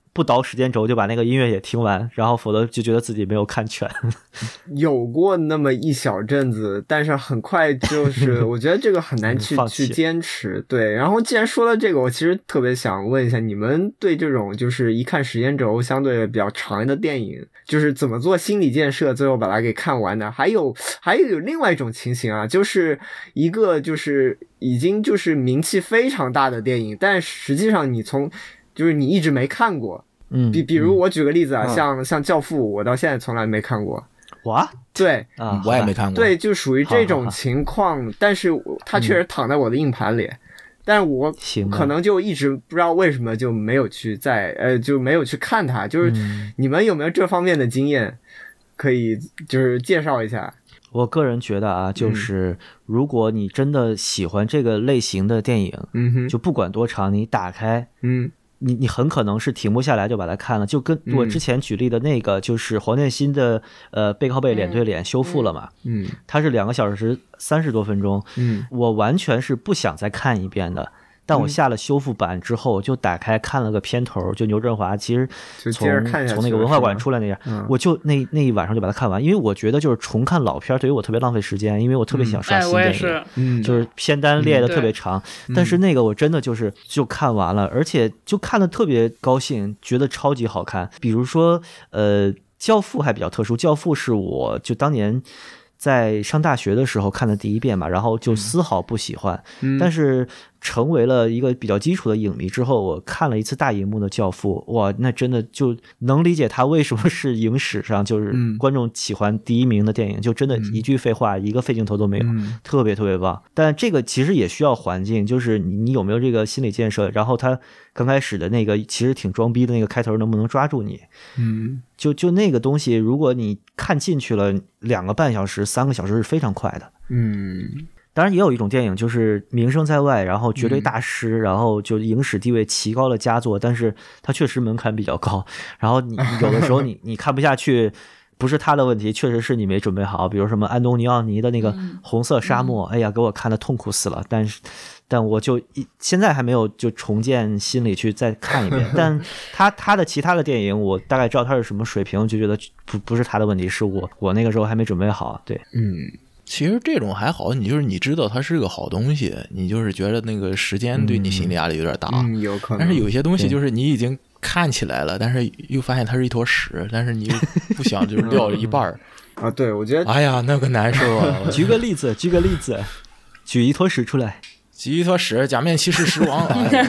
不倒时间轴就把那个音乐也听完，然后否则就觉得自己没有看全。 有过那么一小阵子，但是很快就是我觉得这个很难去坚持。对，然后既然说到这个，我其实特别想问一下，你们对这种就是一看时间轴相对比较长的电影，就是怎么做心理建设，最后把它给看完的？还有另外一种情形啊，就是一个就是已经就是名气非常大的电影，但实际上就是你一直没看过。比如我举个例子啊，像教父，我到现在从来没看过。 哇， 对啊，我也没看过。 对，就属于这种情况，但是它确实躺在我的硬盘里，但是我可能就一直不知道为什么就没有去就没有去看它。就是你们有没有这方面的经验，可以就是介绍一下？ 我个人觉得啊，就是如果你真的喜欢这个类型的电影，就不管多长，你打开，你很可能是停不下来就把它看了，就跟我之前举例的那个，就是黄建新的背靠背脸对脸修复了嘛，它是2个小时30多分钟，我完全是不想再看一遍的。但我下了修复版之后，就打开看了个片头，就牛振华其实从那个文化馆出来那样，我就那一晚上就把它看完，因为我觉得就是重看老片对于我特别浪费时间，因为我特别想刷新电影，就是片单列的特别长，但是那个我真的就看完了，而且就看得特别高兴，觉得超级好看。比如说教父还比较特殊，教父是我就当年在上大学的时候看的第一遍嘛，然后就丝毫不喜欢，但是成为了一个比较基础的影迷之后，我看了一次大荧幕的教父，哇，那真的就能理解他为什么是影史上就是观众喜欢第一名的电影，就真的一句废话一个废镜头都没有，特别特别棒。但这个其实也需要环境，就是你有没有这个心理建设，然后他刚开始的那个其实挺装逼的那个开头能不能抓住你，就那个东西如果你看进去了2个半小时3个小时是非常快的。当然也有一种电影就是名声在外，然后绝对大师，然后就影史地位奇高的佳作，但是它确实门槛比较高，然后你有的时候你看不下去，不是他的问题，确实是你没准备好。比如什么安东尼奥尼的那个红色沙漠，哎呀给我看得痛苦死了，但我就现在还没有就重建心理去再看一遍。但他的其他的电影我大概知道他是什么水平，就觉得不是他的问题，是我那个时候还没准备好。对， 其实这种还好，你知道它是个好东西，你就是觉得那个时间对你心理压力有点大， 有可能。 但是有些东西就是你已经看起来了，但是又发现它是一坨屎，但是你又不想就是撂了一半啊。对，我觉得， 哎呀，那个难受啊！ 举个例子，举一坨屎出来。 举一坨屎，假面骑士时王。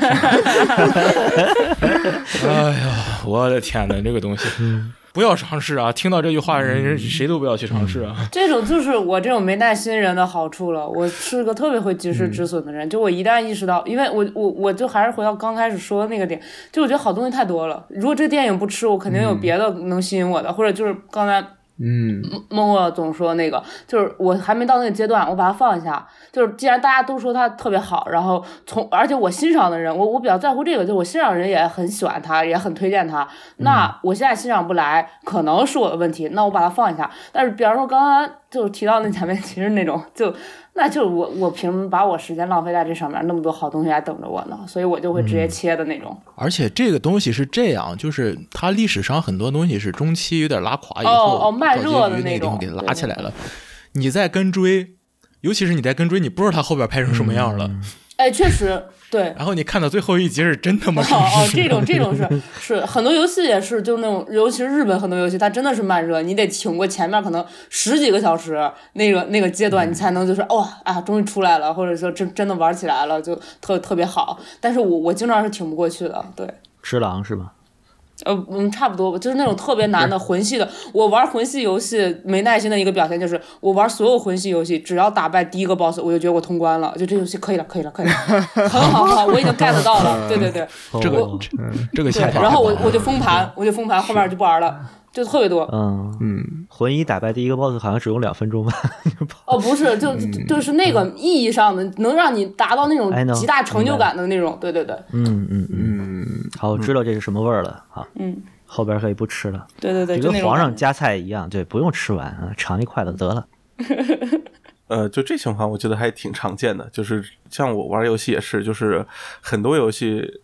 哎呀，我的天哪，这个东西。不要尝试啊！听到这句话的人谁都不要去尝试啊！ 这种就是我这种没耐心人的好处了。我是个特别会及时止损的人，就我一旦意识到，因为我就还是回到刚开始说的那个点，就我觉得好东西太多了。如果这个电影不吃，我肯定有别的能吸引我的，或者就是刚才孟获总说那个，就是我还没到那个阶段，我把它放一下。就是既然大家都说它特别好，然后而且我欣赏的人，我比较在乎这个，就我欣赏的人也很喜欢它，也很推荐它。那我现在欣赏不来，可能是我的问题，那我把它放一下。但是比方说刚刚就提到那假面骑士那种，那就我凭什么把我时间浪费在这上面？那么多好东西还等着我呢，所以我就会直接切的那种。 而且这个东西是这样，就是它历史上很多东西是中期有点拉垮以后， 慢热的那种给拉起来了。你在跟追，尤其是你在跟追，你不知道它后边拍成什么样了。 哎，确实对。 然后你看到最后一集是真他妈这种是很多游戏也是，就那种，尤其是日本很多游戏，它真的是慢热，你得挺过前面可能10几个小时那个阶段，你才能就是终于出来了，或者说真的玩起来了，就特别好。但是我经常是挺不过去的，对。 吃狼是吧？ 差不多吧，就是那种特别难的魂系的。我玩魂系游戏没耐心的一个表现就是，我玩所有魂系游戏，只要打败第一个 boss， 我就觉得我通关了，就这游戏可以了，很好，我已经 get 到了。对， 这个想法。 然后我就封盘，后面就不玩了。就特别多， 魂一打败第一个 boss 好像只用2分钟吧？ 不是，就是那个意义上的，能让你达到那种极大成就感的那种，对。 好，我知道这是什么味儿了。好，后边可以不吃了。 对， 就跟皇上夹菜一样，对，不用吃完啊，尝一块子得了。 就这情况，我觉得还挺常见的，就是像我玩游戏也是，就是很多游戏。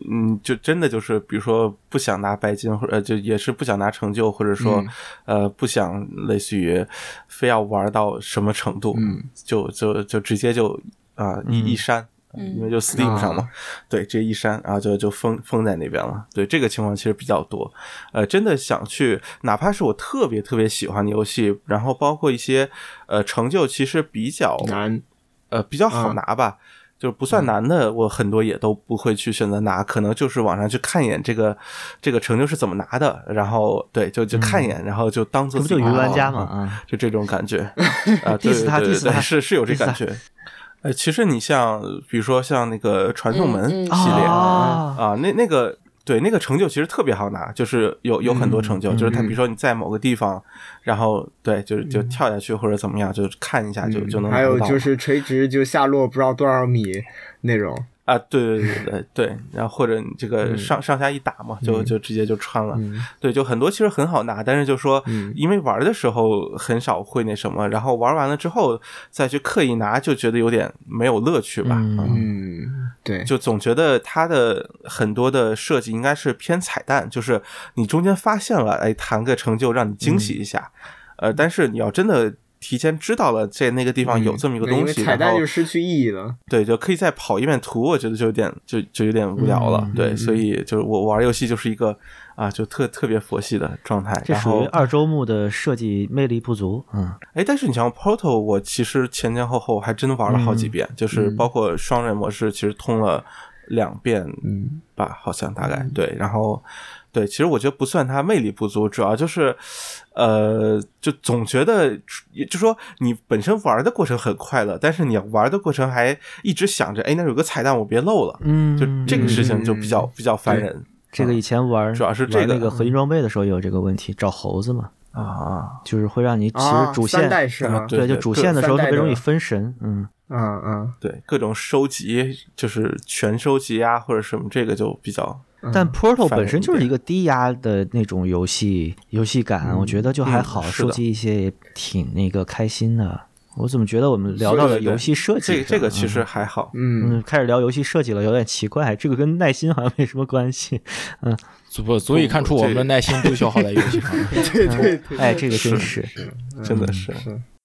就真的就是比如说不想拿白金，或者就也是不想拿成就，或者说不想类似于非要玩到什么程度，就直接就一删。因为就 Steam 上嘛，对，这一删，然后就封在那边了。对，这个情况其实比较多。真的想去，哪怕是我特别特别喜欢的游戏，然后包括一些成就，其实比较难， 比较好拿吧。就是不算难的，我很多也都不会去选择拿，可能就是网上去看一眼这个成就是怎么拿的，然后对就看一眼，然后就当做不就鱼玩家嘛， 就这种感觉 diss 他对，是有这感觉。其实你像比如说像那个传送门系列那个对那个成就其实特别好拿，就是有很多成就，就是它比如说你在某个地方，然后对就跳下去或者怎么样，就看一下就能拿到。 还有就是垂直就下落不知道多少米那种。 对，然后或者你这个上下一打嘛，就直接就穿了。对，就很多其实很好拿，但是就说因为玩的时候很少会那什么，然后玩完了之后再去刻意拿，就觉得有点没有乐趣吧。 对， 就总觉得它的很多的设计应该是偏彩蛋，就是你中间发现了，弹个成就让你惊喜一下。但是你要真的提前知道了在那个地方有这么一个东西， 因为彩蛋就失去意义了。 对，就可以再跑一遍图，我觉得就有点无聊了。对，所以就是我玩游戏就是一个就特别佛系的状态。 这属于二周目的设计魅力不足。 但是你像 Portal， 我其实前后还真的玩了好几遍，就是包括双人模式，其实通了2遍吧，好像大概对，然后。对，其实我觉得不算它魅力不足，主要就是就总觉得就说你本身玩的过程很快乐，但是你玩的过程还一直想着那有个彩蛋我别漏了，就这个事情就比较烦人。 这个以前玩主要是这个那个合金装备的时候也有这个问题，找猴子嘛就是会让你其实主线 3代是吗？ 对，就主线的时候特别容易分神。 对，各种收集就是全收集啊或者什么，这个就比较。 但 Portal 本身就是一个低压的那种游戏感，我觉得就还好，收集一些也挺那个开心的。我怎么觉得我们聊到了游戏设计？ 这个其实还好。 开始聊游戏设计了，有点奇怪，这个跟耐心好像没什么关系。 足以看出我们的耐心都消耗在游戏上。 对， 这个真是， 真的是。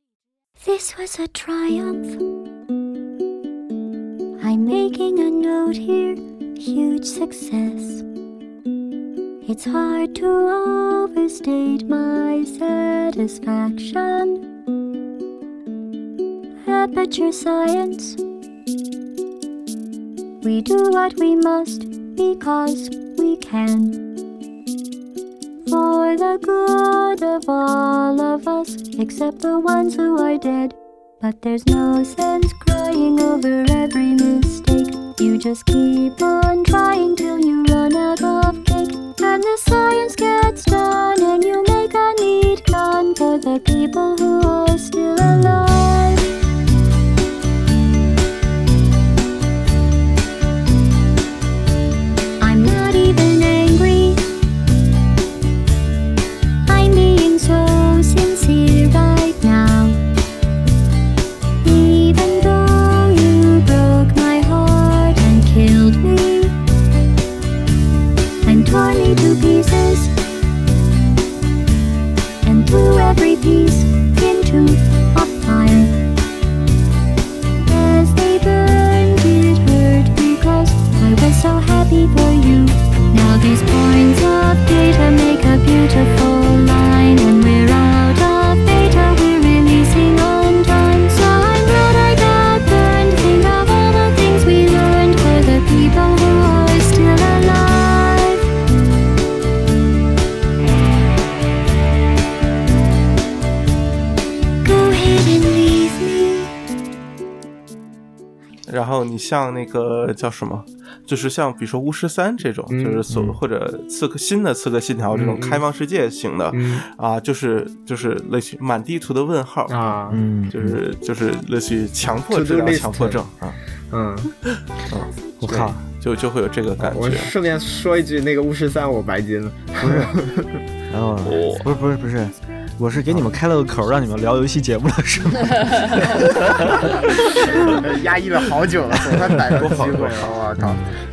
This was a triumph. I'm making a note here, huge success. It's hard to overstate my satisfaction. Aperture science. We do what we must because we can. For the good of all of us, except the ones who are dead. But there's no sense crying over every mistake. You just keep on trying till you run out of cake. And the science gets done and you make a neat gun for the people who are still alive. I'm not even angry. I'm being so sincere right now. Even though you broke my heart and killed me and tore me to pieces and threw every piece into a fire. As they burned, it hurt because I was so happy for you. Now these points of data make a beautiful line, and we're out of beta, we're releasing on time. So I'm glad I got burned. Think of all the things we learned for the people who are still alive. Go ahead and leave me. 然后你像那个叫什么，就是像比如说巫师3这种，就是或者新的刺客信条这种开放世界型的就是类似于满地图的问号就是类似于强迫治疗强迫症我靠， 就会有这个感觉。 我顺便说一句，那个巫师3我白金了， 不是，然后不是。我是给你们开了个口，让你们聊游戏节目了，是吗？ 压抑了好久了，总算逮到机会了，我靠！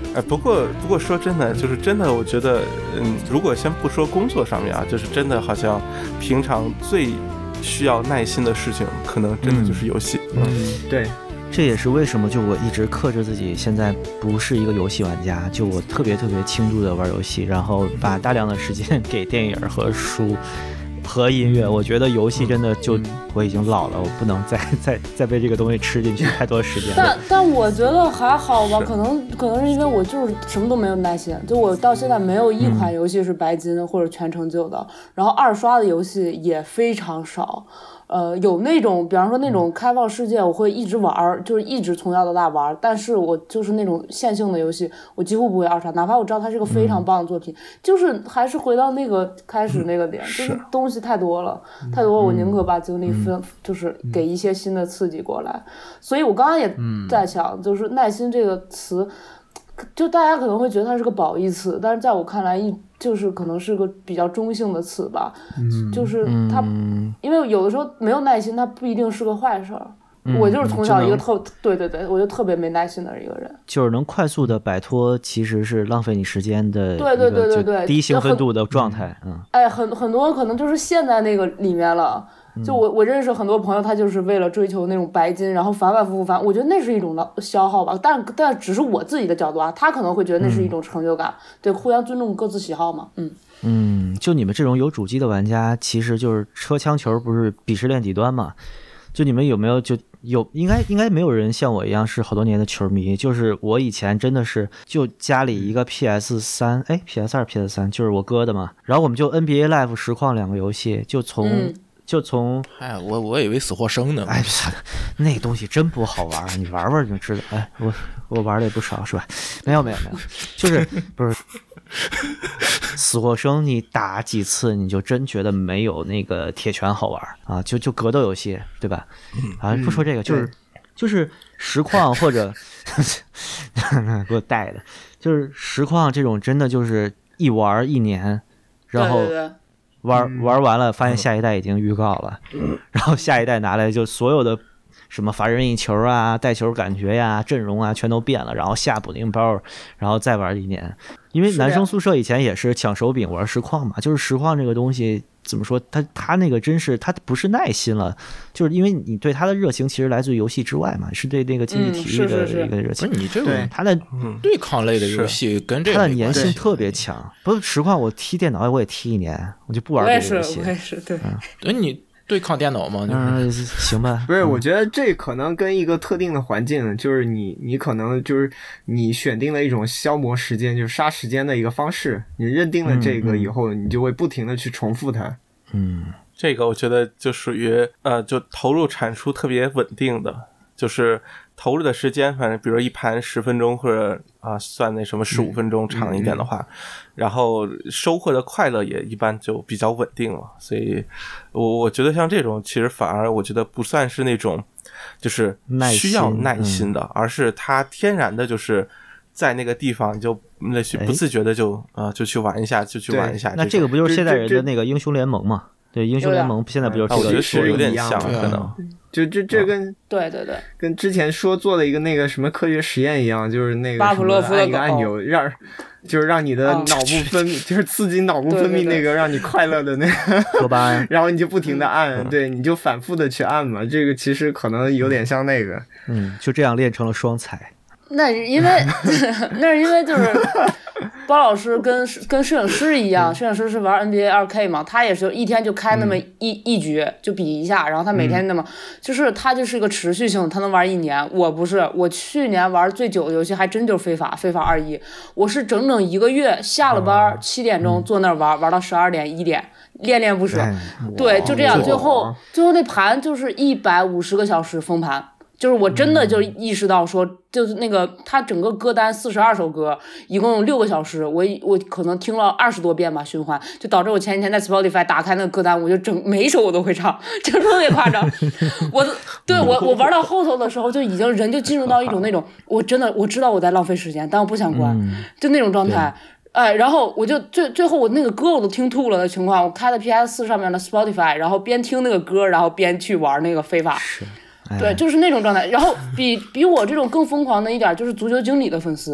不过说真的，就是真的，我觉得，如果先不说工作上面啊，就是真的好像平常最需要耐心的事情，可能真的就是游戏。 对。 这也是为什么就我一直克制自己，现在不是一个游戏玩家，就我特别轻度的玩游戏，然后把大量的时间给电影和书和音乐。我觉得游戏真的就我已经老了，我不能再被这个东西吃进去太多时间。 但我觉得还好吧，可能是因为我就是什么都没有耐心，就我到现在没有一款游戏是白金或者全成就的，然后二刷的游戏也非常少。有那种，比方说那种开放世界，我会一直玩，就是一直从小到大玩。但是我就是那种线性的游戏，我几乎不会二刷，哪怕我知道它是个非常棒的作品，就是还是回到那个开始那个点，就是东西太多了，太多，我宁可把精力就是给一些新的刺激过来。所以我刚刚也在想，就是耐心这个词，就大家可能会觉得它是个褒义词，但是在我看来就是可能是个比较中性的词吧，就是它，因为有的时候没有耐心，它不一定是个坏事儿。我就是从小一个对，我就特别没耐心的一个人， 就是能快速的摆脱其实是浪费你时间的对低兴奋度的状态。 很多可能就是陷在那个里面了。就我认识很多朋友，他就是为了追求那种白金，然后反复翻，我觉得那是一种消耗吧，但只是我自己的角度啊，他可能会觉得那是一种成就感，对，互相尊重各自喜好嘛。 就你们这种有主机的玩家，其实就是车枪球不是鄙视链底端嘛？就你们有没有应该没有人像我一样是好多年的球迷，就是我以前真的是就家里一个 PS3， PS2 PS3 就是我哥的嘛，然后我们就 NBA Live 实况2个游戏，就从我以为死或生呢。 那东西真不好玩，你玩玩就知道。我玩的也不少是吧？没有，就是不是死或生，你打几次你就真觉得没有那个铁拳好玩啊，就格斗游戏对吧？不说这个，就是实况或者给我带的，就是实况这种真的就是一玩1年，然后玩完了发现下一代已经预告了，然后下一代拿来就所有的什么罚任意球啊、带球感觉呀、阵容啊全都变了，然后下补丁包，然后再玩1年。因为男生宿舍以前也是抢手柄玩实况嘛，就是实况这个东西怎么说，他那个真是他不是耐心了，就是因为你对他的热情其实来自于游戏之外嘛，是对那个竞技体育的一个热情。 不是你这个他的对抗类的游戏跟这个他的粘性特别强。不是实况，我踢电脑我也踢1年，我就不玩这个游戏。 我也是，对。 你对抗电脑吗？ 行吧。 不是，我觉得这可能跟一个特定的环境，就是你可能就是你选定了一种消磨时间，就是杀时间的一个方式，你认定了这个以后，你就会不停的去重复它。 这个我觉得就属于就投入产出特别稳定的，就是投入的时间，反正比如一盘10分钟，或者算那什么15分钟长一点的话，然后收获的快乐也一般就比较稳定了。所以我觉得像这种其实反而我觉得不算是那种就是需要耐心的，而是它天然的就是在那个地方就不自觉的就去玩一下，就去玩一下。 那这个不就是现代人的那个英雄联盟吗？对，英雄联盟现在不就是我觉得是有点像，可能这跟对跟之前做的一个那个什么科学实验一样，就是那个巴甫洛夫的按一个按钮让你的脑部分泌，就是刺激脑部分泌那个让你快乐的那个多巴胺， 然后你就不停的按，对，你就反复的去按嘛。这个其实可能有点像那个， 就这样练成了双才。 那是因为就是包老师跟摄影师一样，摄影师是玩 NBA 2K 嘛，他也是一天就开那么一局就比一下，然后他每天那么就是他就是一个持续性，他能玩1年。我不是，我去年玩最久的游戏还真就是非法21，我是整整1个月下了班7点钟坐那儿玩到12点1点，恋不舍。对，就这样，最后那盘就是150个小时封盘。就是我真的就意识到说，就是那个他整个歌单42首歌，一共6个小时，我可能听了20多遍吧循环，就导致我前几天在 Spotify 打开那个歌单，我就每一首我都会唱，就特别夸张。我玩到后头的时候，就已经人就进入到一种那种，我知道我在浪费时间，但我不想关，就那种状态。然后我就最后我那个歌我都听吐了的情况，我开了 PS4 上面的 Spotify， 然后边听那个歌，然后边去玩那个非法。对，就是那种状态。然后比我这种更疯狂的一点就是足球经理的粉丝，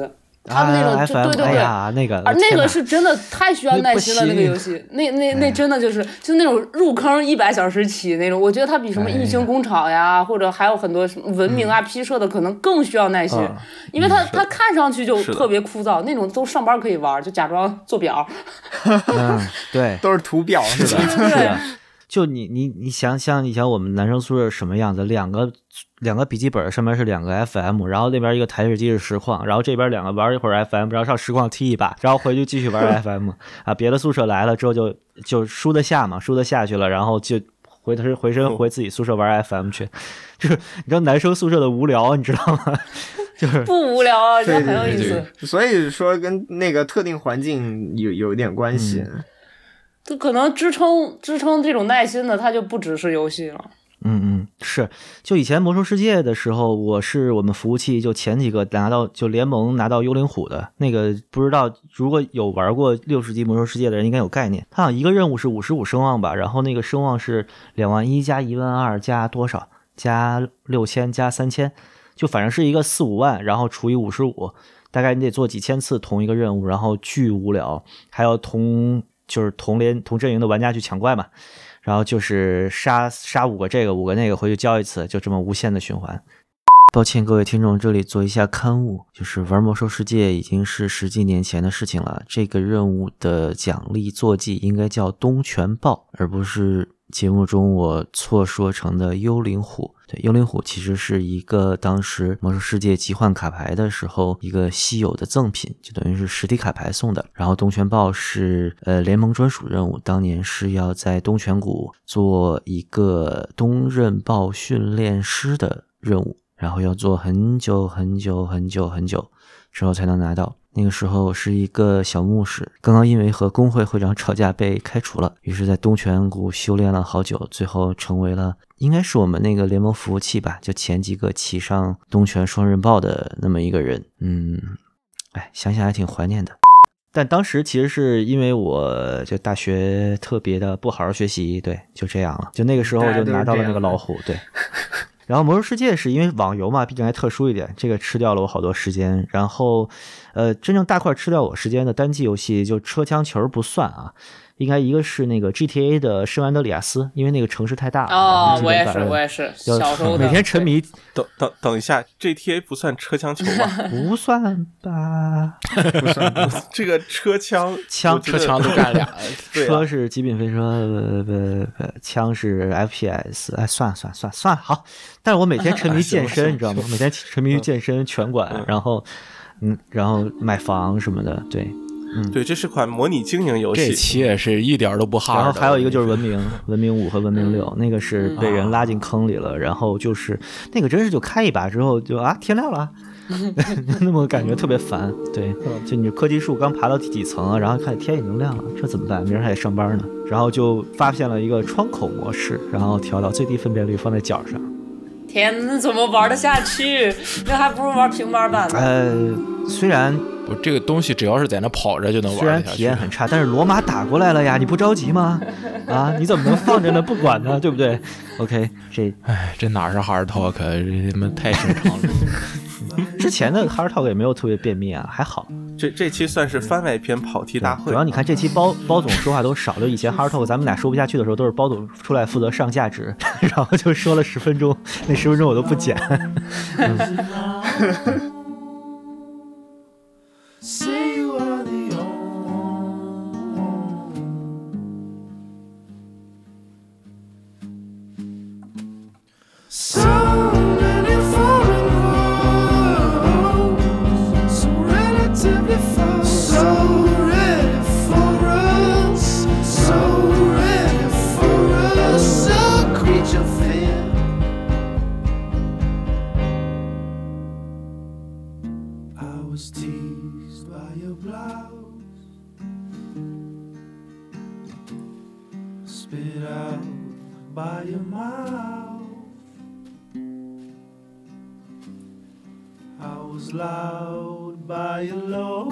他们那种就对对对， 那个那个是真的太需要耐心了，那个游戏，那真的就是那种入坑100小时起那种，我觉得它比什么异形工厂呀，或者还有很多什么文明啊、批设的可能更需要耐心，因为它看上去就特别枯燥，那种都上班可以玩，就假装做表。 对， 都是图表，是的， 对。 就你想想以前我们男生宿舍什么样子，两个笔记本上面是2个 FM， 然后那边一个台式机是实况，然后这边2个玩一会儿 FM， 然后上实况踢一把，然后回去继续玩 FM 啊。别的宿舍来了之后就输得下嘛，输得下去了，然后就回身回自己宿舍玩 FM 去。就是你知道男生宿舍的无聊，你知道吗？就是不无聊啊，这很有意思。 所以说跟那个特定环境有一点关系。 就可能支撑这种耐心的，它就不只是游戏了。 是。就以前魔兽世界的时候，我们服务器就前几个就联盟拿到幽灵虎的那个，不知道如果有玩过60级魔兽世界的人应该有概念。它好像一个任务是55声望吧，然后那个声望是21000加12000加多少加6000加3000，就反正是一个4-5万，然后除以55，大概你得做几千次同一个任务，然后巨无聊，还有同阵营的玩家去抢怪嘛，然后就是杀5个这个5个那个，回去交一次，就这么无限的循环。抱歉各位听众，这里做一下刊物，就是玩魔兽世界已经是10几年前的事情了，这个任务的奖励坐骑应该叫东泉豹，而不是节目中我错说成的幽灵虎。对，幽灵虎其实是一个当时魔兽世界集换卡牌的时候一个稀有的赠品，就等于是实体卡牌送的。然后东泉豹是联盟专属任务，当年是要在东泉谷做一个东刃豹训练师的任务，然后要做很久之后才能拿到。那个时候是一个小牧师，刚刚因为和工会会长吵架被开除了，于是在东泉谷修炼了好久，最后成为了应该是我们那个联盟服务器吧，就前几个骑上东泉双刃豹的那么一个人。想想还挺怀念的。但当时其实是因为我就大学特别的不好好学习，对，就这样了，就那个时候就拿到了那个老虎，对。然后魔兽世界是因为网游嘛，毕竟还特殊一点，这个吃掉了我好多时间。然后真正大块吃掉我时间的单机游戏就车枪球不算啊，应该一个是那个 GTA 的圣安德里亚斯，因为那个城市太大了。 我也是小时候每天沉迷。 等一下 ，GTA 不算车枪球吗？ 不算吧， 不算。 这个车枪都干俩， 车是极品飞车，枪是 FPS。哎，算了，好。但是我每天沉迷健身，你知道吗？每天沉迷于健身、拳馆，然后买房什么的，对。 对，这是款模拟经营游戏， 这期也是一点都不哈。 然后还有一个就是文明5和文明6，那个是被人拉进坑里了，然后就是那个真是就开一把之后就天亮了，那么感觉特别烦。对，就你科技树刚爬到第几层，然后看天已经亮了，这怎么办？明儿还得上班呢。然后就发现了一个窗口模式，然后调到最低分辨率放在角上。 天，怎么玩得下去？那还不如玩平板版呢。虽然这个东西只要是在那跑着就能玩得下去， 虽然体验很差，但是罗马打过来了呀，你不着急吗？你怎么能放着呢不管呢？对不对 ？OK， 这哪是 Hard Talk， 这他妈太正常了。 之前的 Hard Talk 也没有特别便秘啊，还好。 这期算是番外篇跑题大会。 主要你看这期包总说话都少，就以前 Hard Talk 咱们俩说不下去的时候，都是包总出来负责上价值，然后就说了10分钟，那10分钟我都不剪。 Say you are the So many foreign words, so relatively far, so ready for us, so ready for us, a creature fair. I was teased by your blouse, spit out by your mouth. I was loud by your load,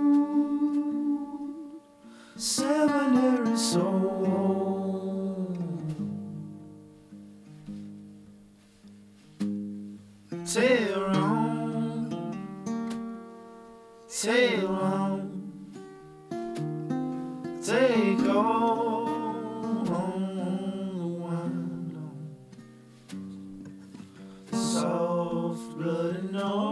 seminary soul. Tear on sail on, take on the wind on, soft blood and all.